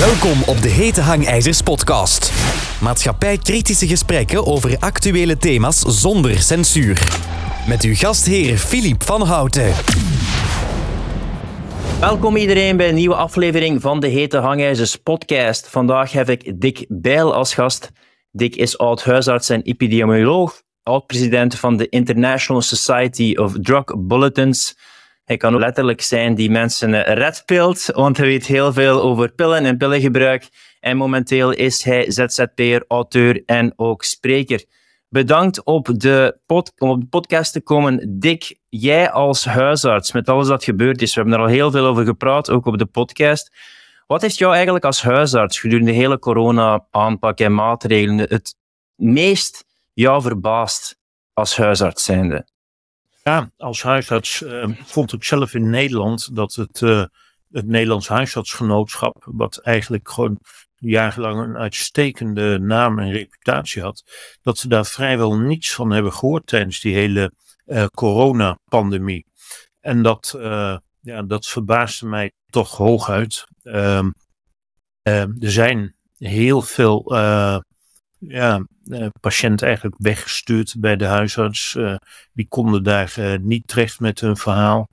Welkom op de Hete Hangijzers podcast. Maatschappij-kritische gesprekken over actuele thema's zonder censuur. Met uw gastheer Filip van Houten. Welkom iedereen bij een nieuwe aflevering van de Hete Hangijzers podcast. Vandaag heb ik Dick Bijl als gast. Dick is oud-huisarts en epidemioloog, oud-president van de International Society of Drug Bulletins. Hij kan ook letterlijk zijn die mensen redpilt, want hij weet heel veel over pillen en pillengebruik. En momenteel is hij ZZP'er, auteur en ook spreker. Bedankt om op de podcast te komen. Dick, jij als huisarts, met alles dat gebeurd is, we hebben er al heel veel over gepraat, ook op de podcast. Wat heeft jou eigenlijk als huisarts gedurende de hele corona-aanpak en maatregelen het meest jou verbaasd als huisarts zijnde? Ja, als huisarts vond ik zelf in Nederland dat het Nederlands Huisartsgenootschap, wat eigenlijk gewoon jarenlang een uitstekende naam en reputatie had, dat ze daar vrijwel niets van hebben gehoord tijdens die hele coronapandemie. En dat verbaasde mij toch hooguit. Er zijn heel veel patiënten eigenlijk weggestuurd bij de huisarts. Die konden daar niet terecht met hun verhaal.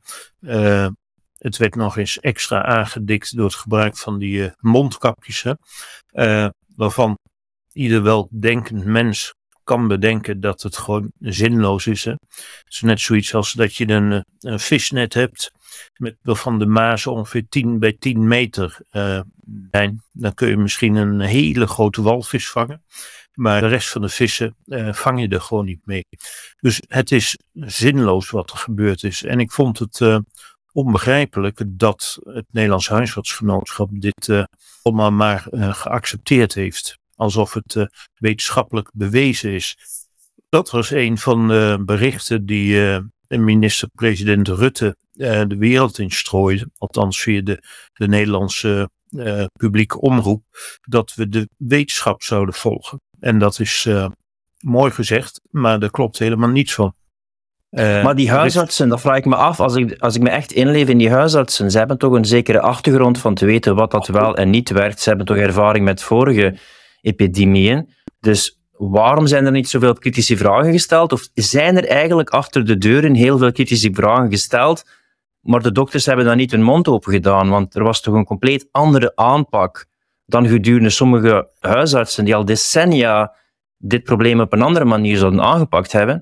Het werd nog eens extra aangedikt door het gebruik van die mondkapjes. Waarvan ieder weldenkend mens kan bedenken dat het gewoon zinloos is. Hè? Het is net zoiets als dat je een visnet hebt waarvan de mazen ongeveer 10 bij 10 meter zijn. Dan kun je misschien een hele grote walvis vangen. Maar de rest van de vissen vang je er gewoon niet mee. Dus het is zinloos wat er gebeurd is. En ik vond het onbegrijpelijk dat het Nederlands Huisartsgenootschap dit allemaal maar geaccepteerd heeft. Alsof het wetenschappelijk bewezen is. Dat was een van de berichten die minister-president Rutte de wereld instrooide. Althans via de Nederlandse publieke omroep. Dat we de wetenschap zouden volgen. En dat is mooi gezegd, maar daar klopt helemaal niets van. Maar die huisartsen, dat vraag ik me af, als ik me echt inleef in die huisartsen, ze hebben toch een zekere achtergrond van te weten wat dat wel en niet werkt. Ze hebben toch ervaring met vorige epidemieën. Dus waarom zijn er niet zoveel kritische vragen gesteld? Of zijn er eigenlijk achter de deuren heel veel kritische vragen gesteld, maar de dokters hebben dan niet hun mond open gedaan? Want er was toch een compleet andere aanpak dan gedurende sommige huisartsen die al decennia dit probleem op een andere manier zouden aangepakt hebben?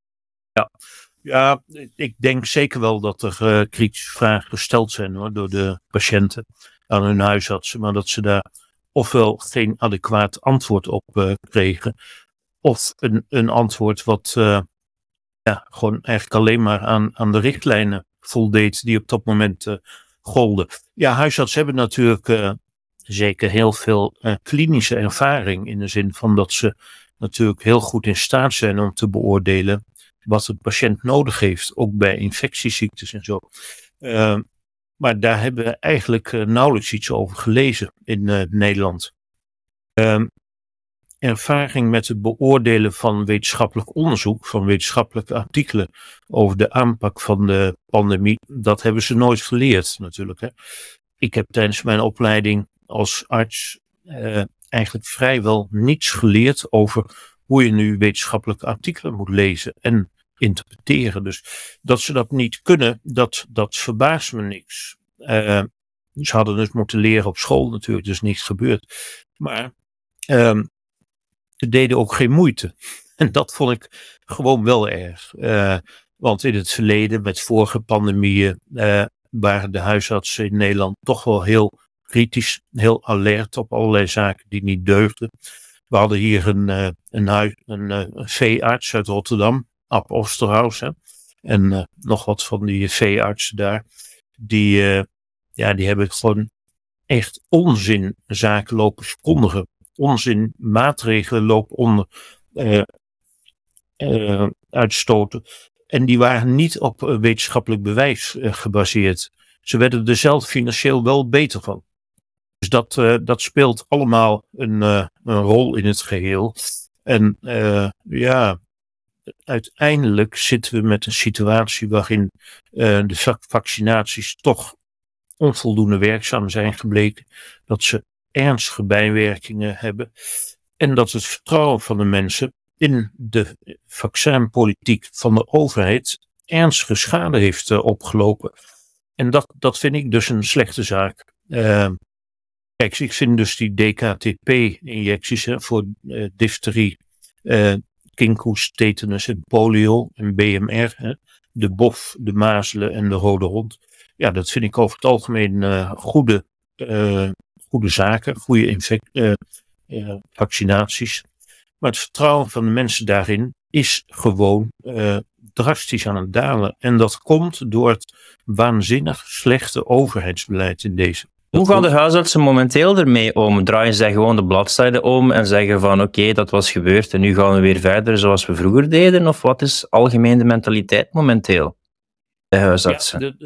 Ja, ik denk zeker wel dat er kritische vragen gesteld zijn door de patiënten aan hun huisartsen, maar dat ze daar ofwel geen adequaat antwoord op kregen, of een antwoord wat gewoon eigenlijk alleen maar aan de richtlijnen voldeed die op dat moment golden. Ja, huisartsen hebben natuurlijk zeker heel veel klinische ervaring in de zin van dat ze natuurlijk heel goed in staat zijn om te beoordelen wat de patiënt nodig heeft, ook bij infectieziektes en zo. Maar daar hebben we eigenlijk nauwelijks iets over gelezen in Nederland. Ervaring met het beoordelen van wetenschappelijk onderzoek, van wetenschappelijke artikelen over de aanpak van de pandemie, dat hebben ze nooit geleerd natuurlijk. Hè. Ik heb tijdens mijn opleiding als arts eigenlijk vrijwel niets geleerd over hoe je nu wetenschappelijke artikelen moet lezen en interpreteren. Dus dat ze dat niet kunnen, dat verbaast me niks. Ze hadden het moeten leren op school natuurlijk, dus niets gebeurd. Maar ze deden ook geen moeite. En dat vond ik gewoon wel erg. Want in het verleden, met vorige pandemieën, waren de huisartsen in Nederland toch wel heel kritisch, heel alert op allerlei zaken die niet deugden. We hadden hier een veearts uit Rotterdam, Ab Osterhaus, hè, en nog wat van die veeartsen daar. Die hebben gewoon echt onzinzaken lopen verkondigen. Onzin maatregelen lopen uitstoten. En die waren niet op wetenschappelijk bewijs gebaseerd. Ze werden er zelf financieel wel beter van. Dus dat speelt allemaal een rol in het geheel. En uiteindelijk zitten we met een situatie waarin de vaccinaties toch onvoldoende werkzaam zijn gebleken. Dat ze ernstige bijwerkingen hebben. En dat het vertrouwen van de mensen in de vaccinpolitiek van de overheid ernstige schade heeft opgelopen. En dat vind ik dus een slechte zaak. Kijk, ik vind dus die DKTP-injecties voor difterie, kinkhoest, tetanus en polio en BMR, de bof, de mazelen en de rode hond. Ja, dat vind ik over het algemeen goede zaken, goede vaccinaties. Maar het vertrouwen van de mensen daarin is gewoon drastisch aan het dalen. En dat komt door het waanzinnig slechte overheidsbeleid in deze. Hoe gaan de huisartsen momenteel ermee om? Draaien zij gewoon de bladzijde om en zeggen van oké, dat was gebeurd en nu gaan we weer verder zoals we vroeger deden? Of wat is algemeen de mentaliteit momenteel? De huisartsen.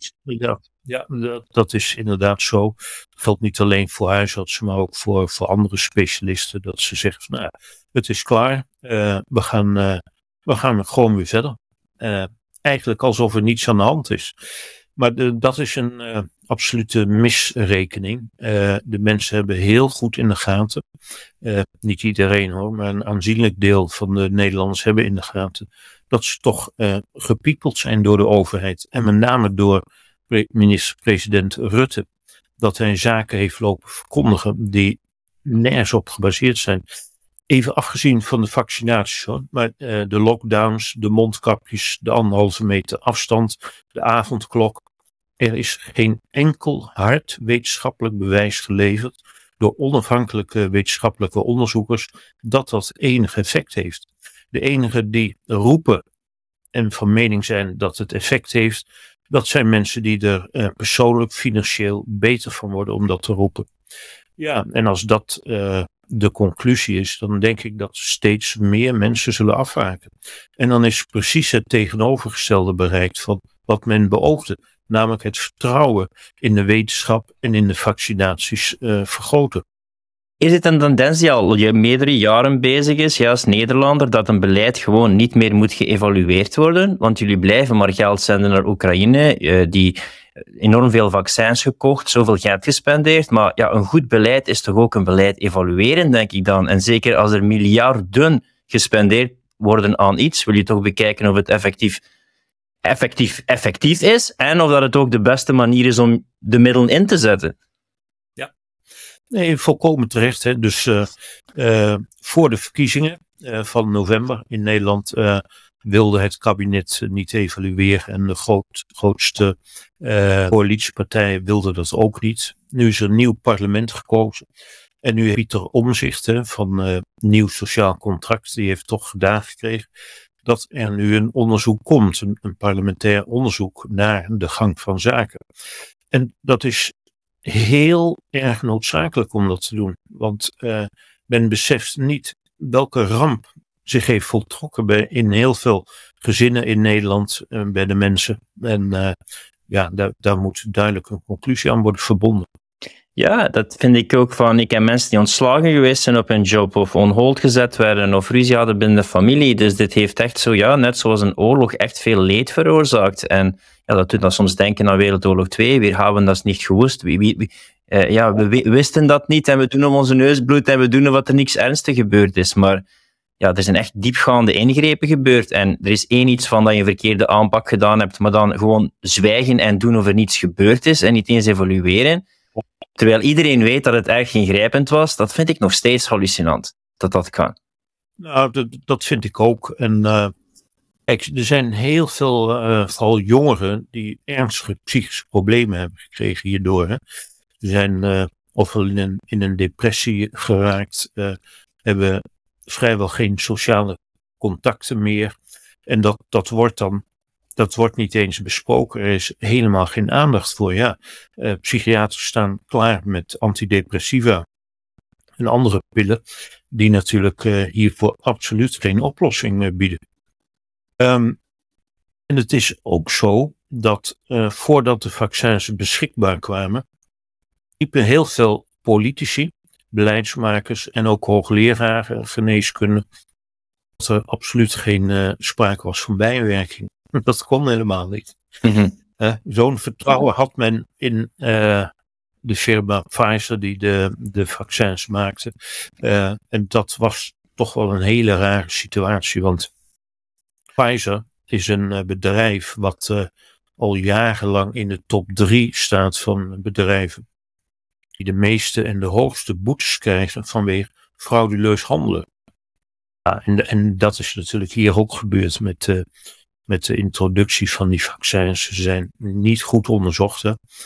Dat is inderdaad zo. Dat geldt niet alleen voor huisartsen, maar ook voor andere specialisten. Dat ze zeggen van nou, het is klaar. We gaan gewoon weer verder. Eigenlijk alsof er niets aan de hand is. Maar dat is een absolute misrekening. De mensen hebben heel goed in de gaten. Niet iedereen hoor, maar een aanzienlijk deel van de Nederlanders hebben in de gaten dat ze toch gepiepeld zijn door de overheid. En met name door minister-president Rutte. Dat hij zaken heeft lopen verkondigen die nergens op gebaseerd zijn. Even afgezien van de vaccinaties hoor. Maar de lockdowns, de mondkapjes, de 1,5 meter afstand, de avondklok. Er is geen enkel hard wetenschappelijk bewijs geleverd door onafhankelijke wetenschappelijke onderzoekers dat enig effect heeft. De enigen die roepen en van mening zijn dat het effect heeft, dat zijn mensen die er persoonlijk financieel beter van worden om dat te roepen. Ja, en als dat de conclusie is, dan denk ik dat steeds meer mensen zullen afhaken. En dan is precies het tegenovergestelde bereikt van wat men beoogde. Namelijk het vertrouwen in de wetenschap en in de vaccinaties vergroten. Is het een tendens die al meerdere jaren bezig is, als Nederlander, dat een beleid gewoon niet meer moet geëvalueerd worden? Want jullie blijven maar geld zenden naar Oekraïne, die enorm veel vaccins gekocht, zoveel geld gespendeerd. Maar ja, een goed beleid is toch ook een beleid evalueren, denk ik dan. En zeker als er miljarden gespendeerd worden aan iets, wil je toch bekijken of het effectief is en of dat het ook de beste manier is om de middelen in te zetten. Nee, volkomen terecht. Hè. Dus voor de verkiezingen van november in Nederland wilde het kabinet niet evalueren en de grootste coalitiepartij wilde dat ook niet. Nu is er een nieuw parlement gekozen en nu heeft Pieter Omtzigt van Nieuw Sociaal Contract, die heeft toch gedaan gekregen dat er nu een onderzoek komt, een parlementair onderzoek naar de gang van zaken. En dat is heel erg noodzakelijk om dat te doen. Want men beseft niet welke ramp zich heeft voltrokken in heel veel gezinnen in Nederland, bij de mensen. En daar moet duidelijk een conclusie aan worden verbonden. Ja, dat vind ik ook van. Ik heb mensen die ontslagen geweest zijn op hun job of on hold gezet werden of ruzie hadden binnen de familie. Dus dit heeft echt zo, net zoals een oorlog, echt veel leed veroorzaakt. En ja, dat doet dan soms denken aan Wereldoorlog 2. We hebben dat niet gewust. We wisten dat niet en we doen om onze neus bloed en we doen wat er niks ernstig gebeurd is. Maar ja, er zijn echt diepgaande ingrepen gebeurd. En er is iets van dat je een verkeerde aanpak gedaan hebt, maar dan gewoon zwijgen en doen of er niets gebeurd is en niet eens evalueren. Terwijl iedereen weet dat het erg ingrijpend was, dat vind ik nog steeds hallucinant, dat kan. Nou, dat vind ik ook. En kijk, er zijn heel veel, vooral jongeren, die ernstige psychische problemen hebben gekregen hierdoor. Hè. Ze zijn ofwel in een depressie geraakt, hebben vrijwel geen sociale contacten meer. En dat wordt niet eens besproken. Er is helemaal geen aandacht voor. Ja, psychiaters staan klaar met antidepressiva en andere pillen die natuurlijk hiervoor absoluut geen oplossing bieden. En het is ook zo dat voordat de vaccins beschikbaar kwamen, liepen heel veel politici, beleidsmakers en ook hoogleraren geneeskunde dat er absoluut geen sprake was van bijwerking. Dat kon helemaal niet. Mm-hmm. Zo'n vertrouwen had men in de firma Pfizer die de vaccins maakte. En dat was toch wel een hele rare situatie, want Pfizer is een bedrijf wat al jarenlang in de top 3 staat van bedrijven die de meeste en de hoogste boetes krijgen vanwege frauduleus handelen. Ja, en dat is natuurlijk hier ook gebeurd met de introductie van die vaccins. Ze zijn niet goed onderzocht.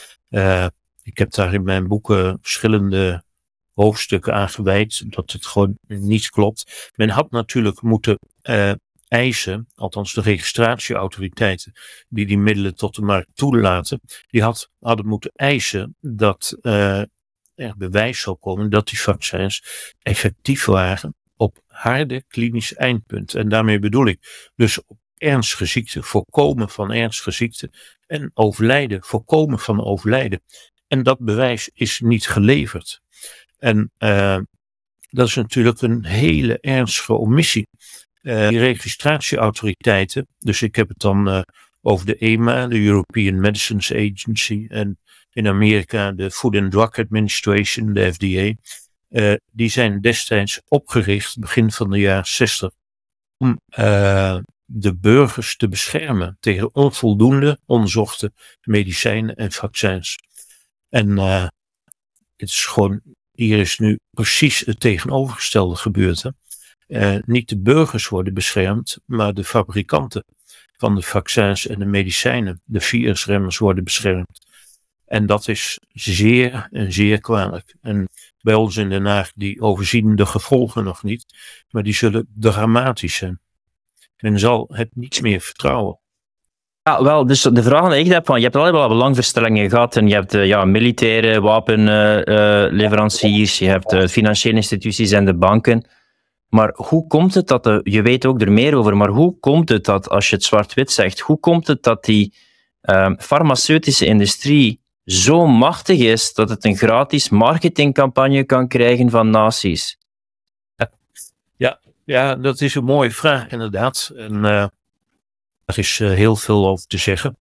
Ik heb daar in mijn boeken verschillende hoofdstukken aan gewijd dat het gewoon niet klopt. Men had natuurlijk moeten eisen, althans de registratieautoriteiten die middelen tot de markt toelaten, die hadden moeten eisen dat er bewijs zou komen dat die vaccins effectief waren op harde klinische eindpunten. En daarmee bedoel ik dus op ernstige ziekte, voorkomen van ernstige ziekte en overlijden, voorkomen van overlijden. En dat bewijs is niet geleverd. En dat is natuurlijk een hele ernstige omissie. Die registratieautoriteiten, dus ik heb het dan over de EMA, de European Medicines Agency, en in Amerika de Food and Drug Administration, de FDA, die zijn destijds opgericht, begin van de jaren 60, om de burgers te beschermen tegen onvoldoende onderzochte medicijnen en vaccins. En het is gewoon, hier is nu precies het tegenovergestelde gebeurd. Niet de burgers worden beschermd, maar de fabrikanten van de vaccins en de medicijnen, de virusremmers, worden beschermd. En dat is zeer en zeer kwalijk. En bij ons in Den Haag, die overzien de gevolgen nog niet, maar die zullen dramatisch zijn. Men zal het niet meer vertrouwen. Ja, wel, dus de vraag die ik heb, je hebt allerlei belangverstellingen gehad en je hebt militaire wapenleveranciers, je hebt financiële instituties en de banken. Maar hoe komt het dat, je weet ook er meer over, maar hoe komt het dat, als je het zwart-wit zegt, hoe komt het dat die farmaceutische industrie zo machtig is dat het een gratis marketingcampagne kan krijgen van naties? Ja, dat is een mooie vraag inderdaad. En er is heel veel over te zeggen.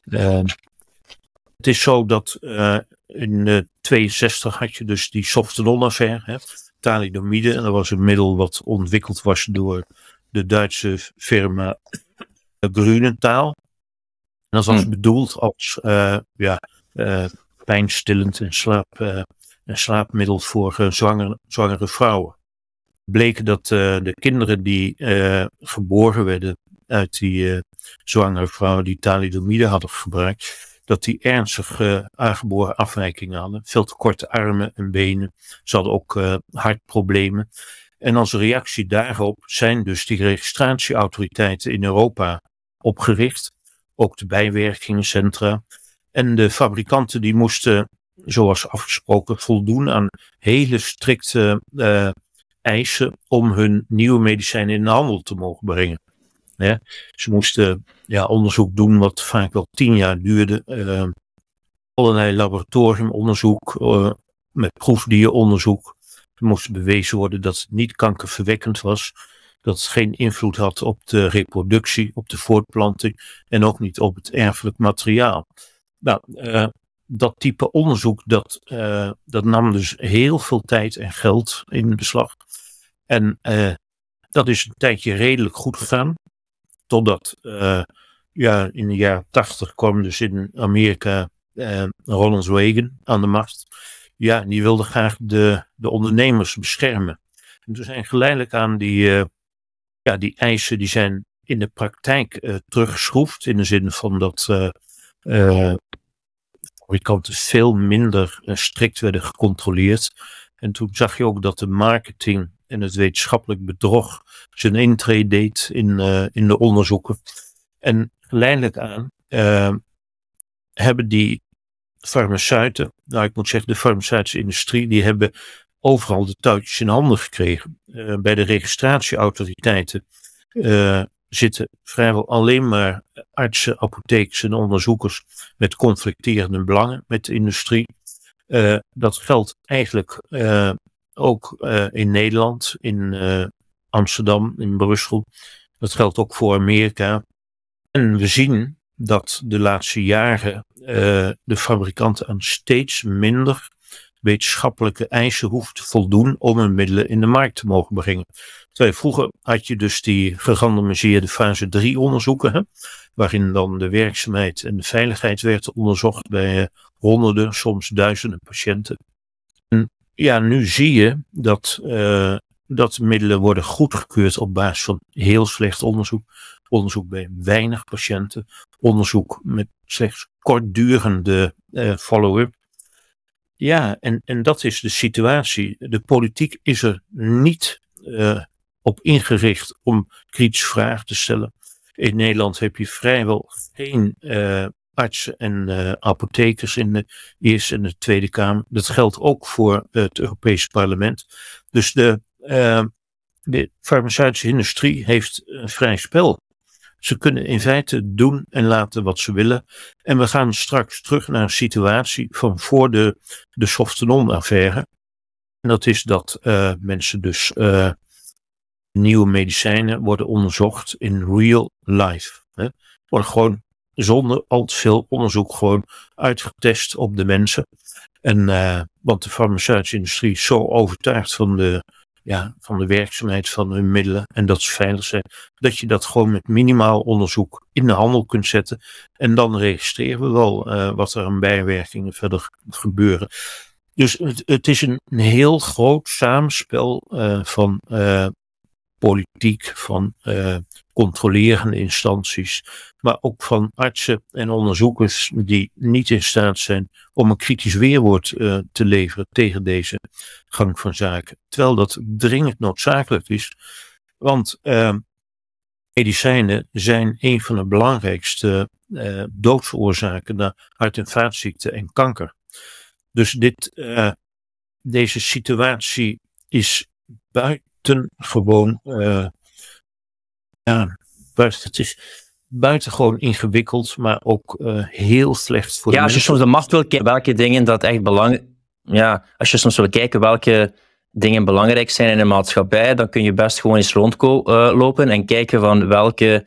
Het is zo dat in 62 had je dus die Softenon-affaire, thalidomide. En dat was een middel wat ontwikkeld was door de Duitse firma Grünenthal. En dat was bedoeld als pijnstillend en slaapmiddel voor zwangere vrouwen. Bleek dat de kinderen die geboren werden uit die zwangere vrouwen die thalidomide hadden gebruikt, dat die ernstige aangeboren afwijkingen hadden. Veel te korte armen en benen. Ze hadden ook hartproblemen. En als reactie daarop zijn dus die registratieautoriteiten in Europa opgericht. Ook de bijwerkingencentra. En de fabrikanten die moesten, zoals afgesproken, voldoen aan hele strikte eisen om hun nieuwe medicijnen in de handel te mogen brengen. Ja, ze moesten onderzoek doen wat vaak wel 10 jaar duurde. Allerlei laboratoriumonderzoek, met proefdieronderzoek. Er moest bewezen worden dat het niet kankerverwekkend was. Dat het geen invloed had op de reproductie, op de voortplanting en ook niet op het erfelijk materiaal. Nou, dat type onderzoek, dat nam dus heel veel tijd en geld in beslag. En dat is een tijdje redelijk goed gegaan. Totdat in de jaren 80 kwam dus in Amerika Ronald Reagan aan de macht. Ja, die wilde graag de ondernemers beschermen. En toen zijn geleidelijk aan die eisen, die zijn in de praktijk teruggeschroefd. In de zin van dat fabrikanten veel minder strikt werden gecontroleerd. En toen zag je ook dat de marketing en het wetenschappelijk bedrog zijn intrede deed in de onderzoeken. En geleidelijk aan hebben die farmaceuten, ik moet zeggen de farmaceutische industrie, die hebben overal de touwtjes in handen gekregen. Bij de registratieautoriteiten zitten vrijwel alleen maar artsen, apothekers en onderzoekers met conflicterende belangen met de industrie. Dat geldt eigenlijk ook in Nederland, in Amsterdam, in Brussel. Dat geldt ook voor Amerika. En we zien dat de laatste jaren de fabrikant aan steeds minder wetenschappelijke eisen hoeft te voldoen om hun middelen in de markt te mogen brengen. Terwijl vroeger had je dus die gerandomiseerde fase 3 onderzoeken, hè, waarin dan de werkzaamheid en de veiligheid werd onderzocht bij honderden, soms duizenden patiënten. En ja, nu zie je dat middelen worden goedgekeurd op basis van heel slecht onderzoek. Onderzoek bij weinig patiënten. Onderzoek met slechts kortdurende follow-up. Ja, en dat is de situatie. De politiek is er niet op ingericht om kritische vragen te stellen. In Nederland heb je vrijwel geen artsen en apothekers in de Eerste en de Tweede Kamer. Dat geldt ook voor het Europese Parlement. Dus de farmaceutische industrie heeft een vrij spel. Ze kunnen in feite doen en laten wat ze willen. En we gaan straks terug naar een situatie van voor de Softenon-affaire. En dat is dat mensen dus nieuwe medicijnen worden onderzocht in real life. Hè. Worden gewoon zonder al te veel onderzoek gewoon uitgetest op de mensen. En want de farmaceutische industrie is zo overtuigd van de werkzaamheid van hun middelen en dat ze veilig zijn, dat je dat gewoon met minimaal onderzoek in de handel kunt zetten. En dan registreren we wel wat er aan bijwerkingen verder gebeuren. Dus het is een heel groot samenspel van politiek, van controlerende instanties, maar ook van artsen en onderzoekers die niet in staat zijn om een kritisch weerwoord te leveren tegen deze gang van zaken. Terwijl dat dringend noodzakelijk is, want medicijnen zijn een van de belangrijkste doodsoorzaken na hart- en vaatziekten en kanker. Dus deze situatie is buitengewoon het is buitengewoon ingewikkeld, maar ook heel slecht voor de als je mensen. soms de macht wil kijken, welke dingen dat echt belangrijk... Ja, als je soms wil kijken welke dingen belangrijk zijn in de maatschappij, dan kun je best gewoon eens rondlopen en kijken van welke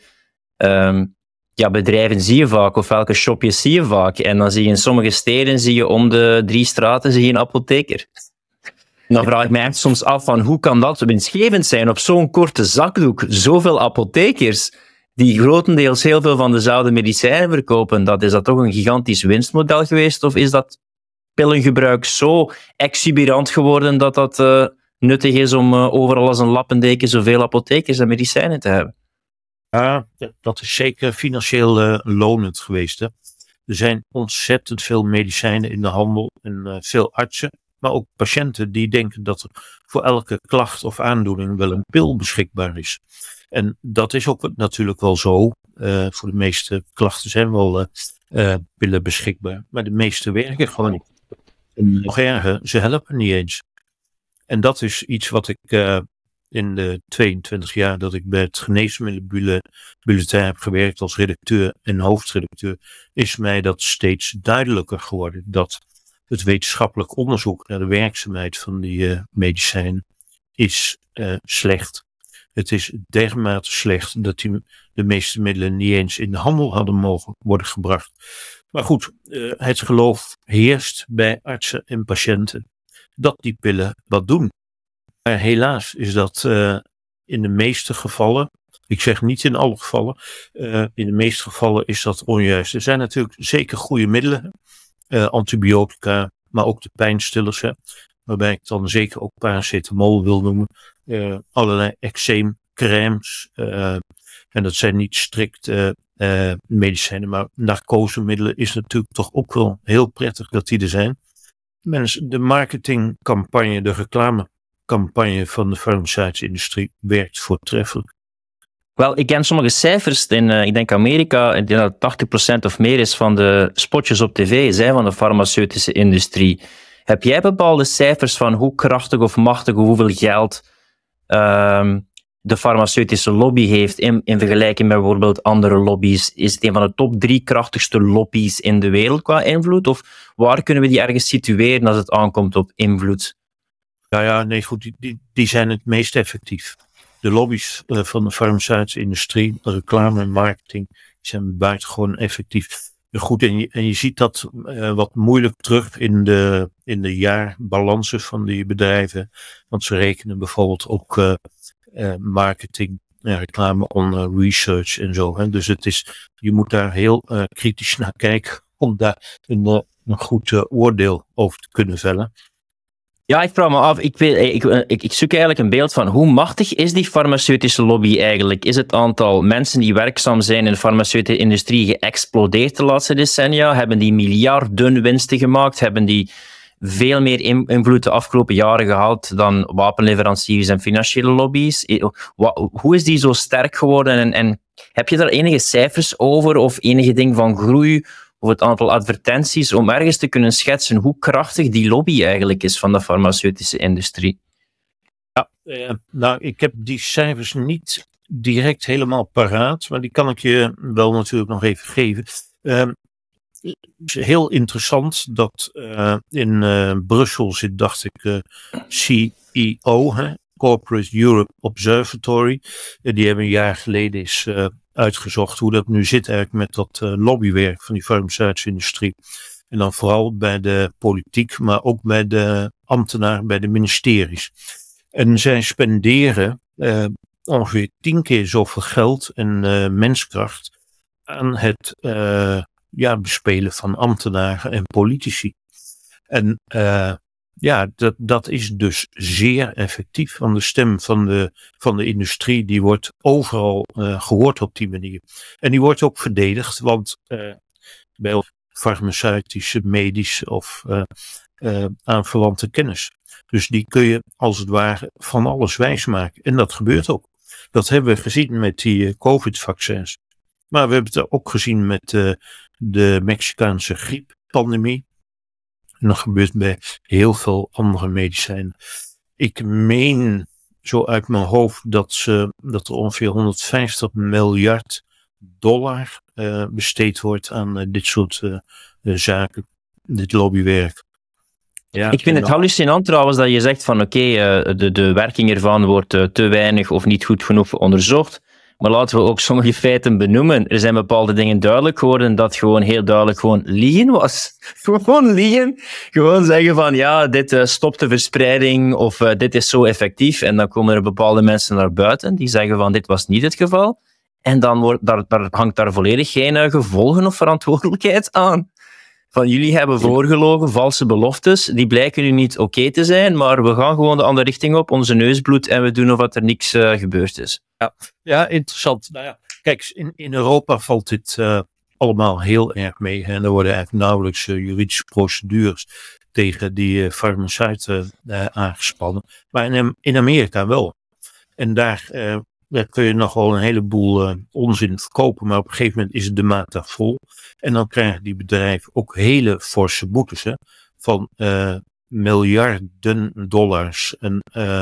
bedrijven zie je vaak, of welke shopjes zie je vaak. En dan zie je in sommige steden, om de 3 straten, zie je een apotheker. En dan vraag ik me echt soms af van hoe kan dat winstgevend zijn op zo'n korte zakdoek, zoveel apothekers die grotendeels heel veel van dezelfde medicijnen verkopen. Is dat toch een gigantisch winstmodel geweest, of is dat pillengebruik zo exuberant geworden dat dat nuttig is om overal als een lappendeken zoveel apothekers en medicijnen te hebben? Ja, dat is zeker financieel lonend geweest. Hè. Er zijn ontzettend veel medicijnen in de handel en veel artsen, maar ook patiënten die denken dat er voor elke klacht of aandoening wel een pil beschikbaar is. En dat is ook natuurlijk wel zo. Voor de meeste klachten zijn wel pillen beschikbaar, maar de meeste werken gewoon niet. En nog erger, ze helpen niet eens. En dat is iets wat ik in de 22 jaar dat ik bij het Geneesmiddelenbulletin heb gewerkt als redacteur en hoofdredacteur, is mij dat steeds duidelijker geworden dat het wetenschappelijk onderzoek naar de werkzaamheid van die medicijnen is slecht. Het is dermate slecht dat de meeste middelen niet eens in de handel hadden mogen worden gebracht. Maar goed, het geloof heerst bij artsen en patiënten dat die pillen wat doen. Maar helaas is dat in de meeste gevallen, ik zeg niet in alle gevallen, in de meeste gevallen is dat onjuist. Er zijn natuurlijk zeker goede middelen, antibiotica, maar ook de pijnstillers, waarbij ik dan zeker ook paracetamol wil noemen, allerlei eczeemcremes, en dat zijn niet strikt medicijnen, maar narcosemiddelen is natuurlijk toch ook wel heel prettig dat die er zijn. De marketingcampagne, de reclamecampagne van de farmaceutische industrie werkt voortreffelijk. Wel, ik ken sommige cijfers in, ik denk Amerika, ik denk dat 80% of meer is van de spotjes op tv zijn van de farmaceutische industrie. Heb jij bepaalde cijfers van hoe krachtig of machtig of hoeveel geld de farmaceutische lobby heeft in vergelijking met bijvoorbeeld andere lobby's? Is het een van de top 3 krachtigste lobby's in de wereld qua invloed? Of waar kunnen we die ergens situeren als het aankomt op invloed? Nee, goed, die zijn het meest effectief. De lobby's van de farmaceutische industrie, de reclame en marketing, zijn buitengewoon effectief. Goed, en je ziet dat wat moeilijk terug in de jaarbalansen van die bedrijven. Want ze rekenen bijvoorbeeld ook marketing, reclame on research en zo. Hè. Dus je moet daar heel kritisch naar kijken om daar een goed oordeel over te kunnen vellen. Ja, ik vraag me af, ik zoek eigenlijk een beeld van hoe machtig is die farmaceutische lobby eigenlijk? Is het aantal mensen die werkzaam zijn in de farmaceutische industrie geëxplodeerd de laatste decennia? Hebben die miljarden winsten gemaakt? Hebben die veel meer invloed de afgelopen jaren gehad dan wapenleveranciers en financiële lobby's? Hoe is die zo sterk geworden en heb je daar enige cijfers over of enige ding van groei? Of het aantal advertenties, om ergens te kunnen schetsen hoe krachtig die lobby eigenlijk is van de farmaceutische industrie. Ja, nou, ik heb die cijfers niet direct helemaal paraat, maar die kan ik je wel natuurlijk nog even geven. Het is heel interessant dat in Brussel zit, dacht ik, CEO, Corporate Europe Observatory. Die hebben een jaar geleden eens uitgezocht hoe dat nu zit eigenlijk met dat lobbywerk van die farmaceutische industrie. En dan vooral bij de politiek, maar ook bij de ambtenaren, bij de ministeries. En zij spenderen ongeveer 10 keer zoveel geld en menskracht aan het bespelen van ambtenaren en politici. En dat is dus zeer effectief. Want de stem van de industrie, die wordt overal gehoord op die manier. En die wordt ook verdedigd, want bij farmaceutische, medische of aanverwante kennis. Dus die kun je als het ware van alles wijsmaken. En dat gebeurt ook. Dat hebben we gezien met die COVID-vaccins. Maar we hebben het ook gezien met de Mexicaanse grieppandemie. En dat gebeurt bij heel veel andere medicijnen. Ik meen zo uit mijn hoofd dat er ongeveer $150 miljard besteed wordt aan dit soort zaken. Dit lobbywerk. Ja, ik vind het hallucinant trouwens dat je zegt van de werking ervan wordt te weinig of niet goed genoeg onderzocht. Maar laten we ook sommige feiten benoemen. Er zijn bepaalde dingen duidelijk geworden dat gewoon heel duidelijk gewoon liegen was. Gewoon liegen. Gewoon zeggen van ja, dit stopt de verspreiding of dit is zo effectief. En dan komen er bepaalde mensen naar buiten die zeggen van dit was niet het geval. En dan hangt daar volledig geen gevolgen of verantwoordelijkheid aan. Van jullie hebben voorgelogen, valse beloftes, die blijken nu niet oké te zijn, maar we gaan gewoon de andere richting op, onze neus bloedt en we doen of er niks gebeurd is. Ja, interessant. Nou ja, kijk, in Europa valt dit allemaal heel erg mee. En er worden eigenlijk nauwelijks juridische procedures tegen die farmaceuten aangespannen. Maar in Amerika wel. En daar kun je nog wel een heleboel onzin verkopen, maar op een gegeven moment is de maat daar vol. En dan krijgen die bedrijven ook hele forse boetes van miljarden dollars. En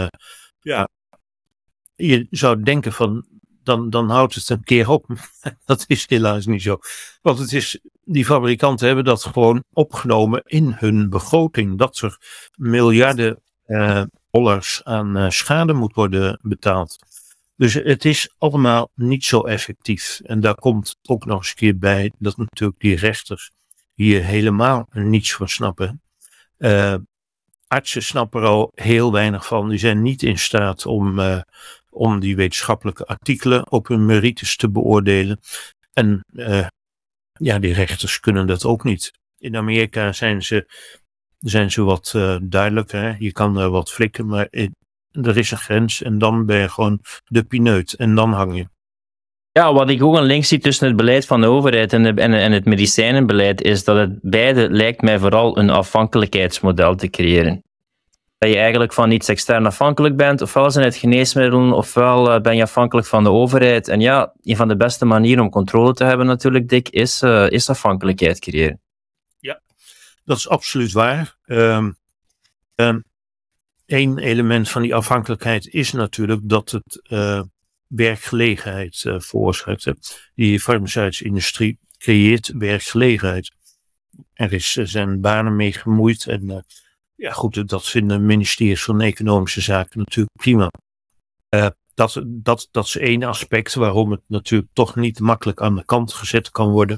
je zou denken van, dan houdt het een keer op. Dat is helaas niet zo. Want die fabrikanten hebben dat gewoon opgenomen in hun begroting. Dat er miljarden dollars aan schade moet worden betaald. Dus het is allemaal niet zo effectief. En daar komt ook nog eens een keer bij dat natuurlijk die rechters hier helemaal niets van snappen. Artsen snappen er al heel weinig van. Die zijn niet in staat om die wetenschappelijke artikelen op hun merites te beoordelen. En die rechters kunnen dat ook niet. In Amerika zijn ze wat duidelijker. Hè? Je kan wat flikken, maar er is een grens en dan ben je gewoon de pineut en dan hang je. Ja, wat ik ook een link zie tussen het beleid van de overheid en het medicijnenbeleid is dat het beide lijkt mij vooral een afhankelijkheidsmodel te creëren. Dat je eigenlijk van iets extern afhankelijk bent, ofwel zijn het geneesmiddelen, ofwel ben je afhankelijk van de overheid. En ja, een van de beste manieren om controle te hebben natuurlijk, Dick, is afhankelijkheid creëren. Ja, dat is absoluut waar. Eén element van die afhankelijkheid is natuurlijk dat het werkgelegenheid veroorzaakt. Die farmaceutische industrie creëert werkgelegenheid. Er zijn banen mee gemoeid en dat vinden ministeries van Economische Zaken natuurlijk prima. dat is één aspect waarom het natuurlijk toch niet makkelijk aan de kant gezet kan worden.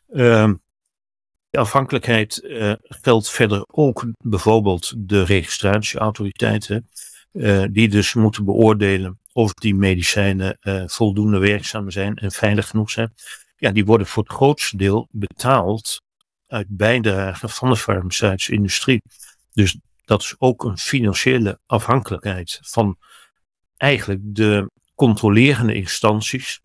De afhankelijkheid geldt verder ook bijvoorbeeld de registratieautoriteiten, die dus moeten beoordelen of die medicijnen voldoende werkzaam zijn en veilig genoeg zijn. Ja, die worden voor het grootste deel betaald uit bijdragen van de farmaceutische industrie. Dus dat is ook een financiële afhankelijkheid van eigenlijk de controlerende instanties.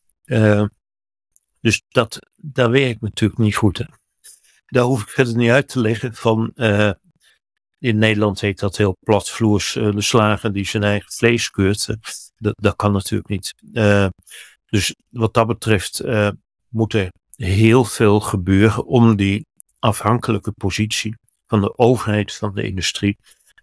Dus dat werkt natuurlijk niet goed. Hè? Daar hoef ik verder niet uit te leggen van... in Nederland heet dat heel platvloers de slager die zijn eigen vlees keurt. Dat kan natuurlijk niet. Dus wat dat betreft moet er heel veel gebeuren om die afhankelijke positie van de overheid, van de industrie,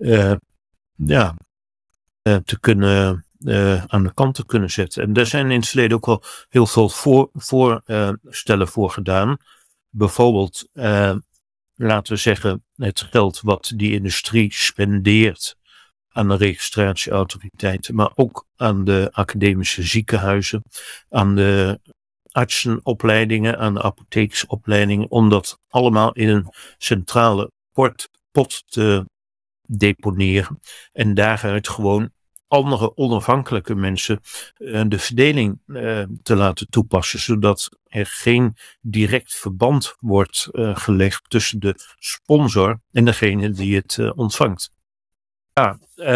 te kunnen aan de kant te kunnen zetten. En daar zijn in het verleden ook al heel veel voorstellen voor gedaan. Bijvoorbeeld, laten we zeggen, het geld wat die industrie spendeert aan de registratieautoriteiten, maar ook aan de academische ziekenhuizen, aan de artsenopleidingen, aan de apothekersopleidingen, om dat allemaal in een centrale pot te deponeren en daaruit gewoon andere onafhankelijke mensen de verdeling te laten toepassen, zodat er geen direct verband wordt gelegd tussen de sponsor en degene die het ontvangt. Ja,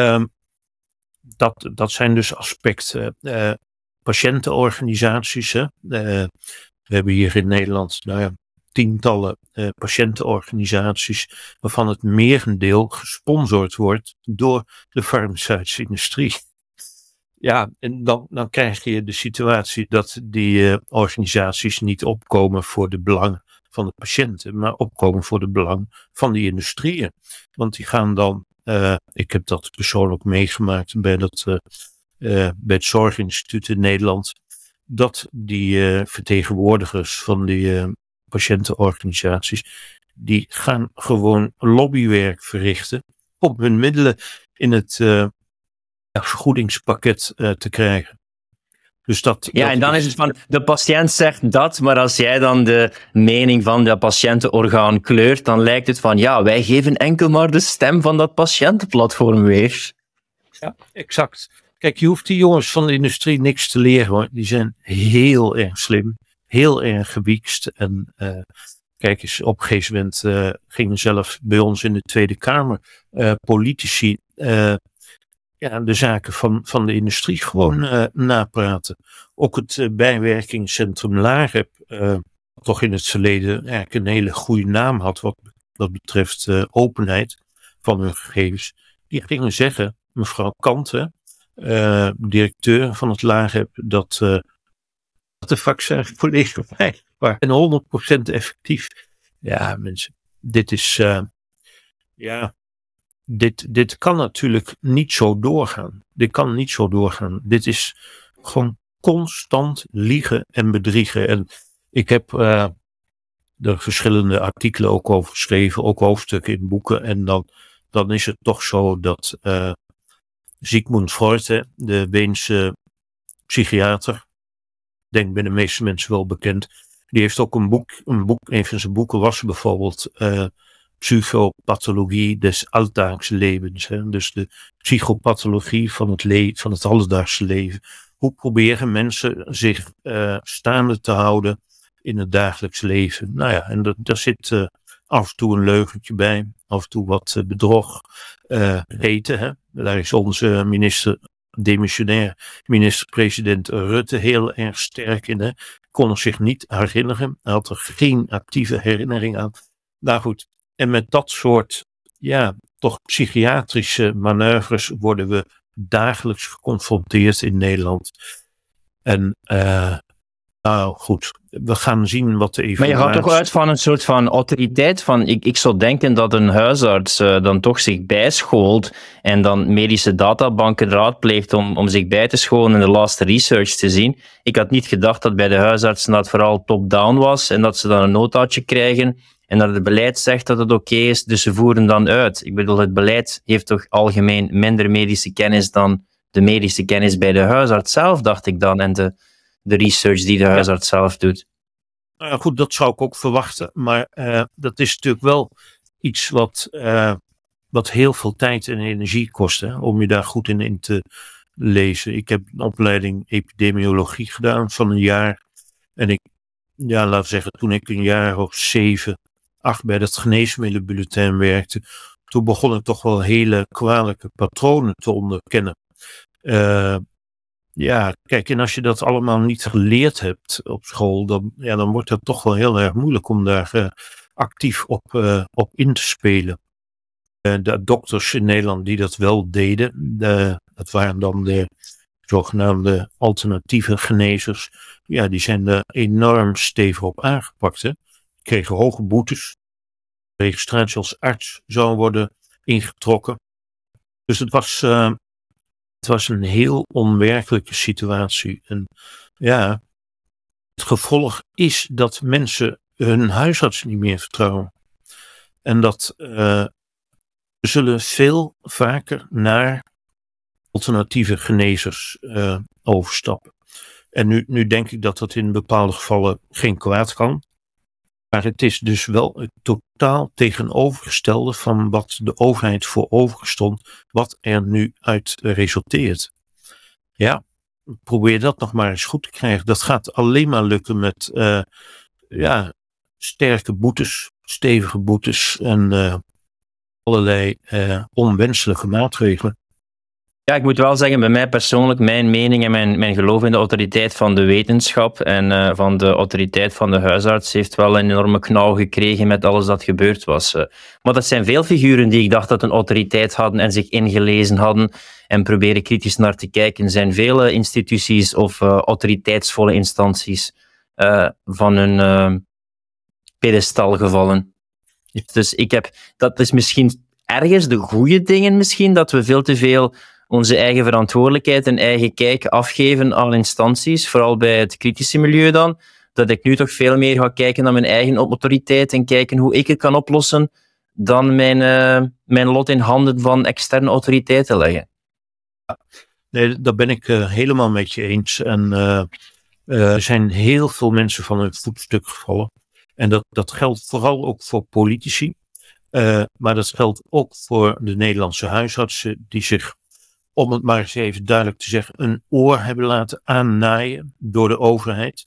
dat zijn dus aspecten. Patiëntenorganisaties. We hebben hier in Nederland tientallen patiëntenorganisaties waarvan het merendeel gesponsord wordt door de farmaceutische industrie. Ja, en dan krijg je de situatie dat die organisaties niet opkomen voor de belangen van de patiënten, maar opkomen voor de belangen van die industrieën. Want die gaan dan, ik heb dat persoonlijk meegemaakt bij het Zorginstituut in Nederland, dat die vertegenwoordigers van die patiëntenorganisaties, die gaan gewoon lobbywerk verrichten om hun middelen in het vergoedingspakket te krijgen. Dus en dan is het van, de patiënt zegt dat, maar als jij dan de mening van dat patiëntenorgaan kleurt, dan lijkt het van, ja, wij geven enkel maar de stem van dat patiëntenplatform weer. Ja, exact. Kijk, je hoeft die jongens van de industrie niks te leren, hoor. Die zijn heel erg slim, heel erg gewiekst. En kijk eens, op een gegeven moment gingen zelf bij ons in de Tweede Kamer politici de zaken van de industrie gewoon napraten. Ook het bijwerkingscentrum LAREP, toch in het verleden eigenlijk een hele goede naam had wat betreft openheid van hun gegevens. Die gingen zeggen, mevrouw Kanten, directeur van het LAREP, dat de vaccins volledig veilig en 100% effectief. Ja, mensen, dit is... Dit kan natuurlijk niet zo doorgaan. Dit is gewoon constant liegen en bedriegen. En ik heb er verschillende artikelen ook over geschreven, ook hoofdstukken in boeken. En dan is het toch zo dat Sigmund Freud, de Weense psychiater, denk bij de meeste mensen wel bekend, die heeft ook een boek, een van zijn boeken was bijvoorbeeld Psychopathologie des Alltagslebens. Dus de psychopathologie van het alledaagse leven. Hoe proberen mensen zich staande te houden in het dagelijks leven? Nou ja, en daar zit af en toe een leugentje bij, af en toe wat bedrog, eten. Hè? Daar is onze demissionair minister-president Rutte heel erg sterk in. Hè? Kon er zich niet herinneren. Hij had er geen actieve herinnering aan. Nou goed. En met dat soort, toch psychiatrische manoeuvres worden we dagelijks geconfronteerd in Nederland. En, goed, we gaan zien wat de evaluatie... Maar je gaat toch uit van een soort van autoriteit van, ik zou denken dat een huisarts dan toch zich bijschoolt en dan medische databanken raadpleegt om zich bij te scholen en de laatste research te zien. Ik had niet gedacht dat bij de huisartsen dat vooral top-down was en dat ze dan een notaatje krijgen en dat het beleid zegt dat het oké is, dus ze voeren dan uit. Ik bedoel, het beleid heeft toch algemeen minder medische kennis dan de medische kennis bij de huisarts zelf, dacht ik dan, en de research die de huisarts zelf doet. Goed, dat zou ik ook verwachten. Maar dat is natuurlijk wel iets wat heel veel tijd en energie kost, hè, om je daar goed in te lezen. Ik heb een opleiding epidemiologie gedaan van een jaar. En laten we zeggen, toen ik een jaar of 7, 8 bij dat geneesmiddelenbulletin werkte, toen begon ik toch wel hele kwalijke patronen te onderkennen. Kijk, en als je dat allemaal niet geleerd hebt op school, dan wordt het toch wel heel erg moeilijk om daar actief op in te spelen. De dokters in Nederland die dat wel deden, dat waren dan de zogenaamde alternatieve genezers. Ja, die zijn er enorm stevig op aangepakt. Hè. Kregen hoge boetes. Registratie als arts zou worden ingetrokken. Dus het was een heel onwerkelijke situatie. En ja, het gevolg is dat mensen hun huisarts niet meer vertrouwen. En dat we zullen veel vaker naar alternatieve genezers overstappen. En nu denk ik dat dat in bepaalde gevallen geen kwaad kan. Maar het is dus wel het totaal tegenovergestelde van wat de overheid voor overstond, wat er nu uit resulteert. Ja, probeer dat nog maar eens goed te krijgen. Dat gaat alleen maar lukken met sterke boetes, stevige boetes en allerlei onwenselijke maatregelen. Ja, ik moet wel zeggen, bij mij persoonlijk, mijn mening en mijn geloof in de autoriteit van de wetenschap en van de autoriteit van de huisarts heeft wel een enorme knauw gekregen met alles dat gebeurd was. Maar dat zijn veel figuren die ik dacht dat een autoriteit hadden en zich ingelezen hadden en proberen kritisch naar te kijken. Er zijn vele instituties of autoriteitsvolle instanties van hun pedestal gevallen. Dus dat is misschien ergens de goede dingen misschien, dat we veel te veel onze eigen verantwoordelijkheid en eigen kijk afgeven aan instanties, vooral bij het kritische milieu dan, dat ik nu toch veel meer ga kijken naar mijn eigen autoriteit en kijken hoe ik het kan oplossen, dan mijn lot in handen van externe autoriteiten leggen. Nee, dat ben ik helemaal met je eens. En er zijn heel veel mensen van hun voetstuk gevallen. En dat geldt vooral ook voor politici. Maar dat geldt ook voor de Nederlandse huisartsen die zich, om het maar eens even duidelijk te zeggen, een oor hebben laten aannaaien door de overheid.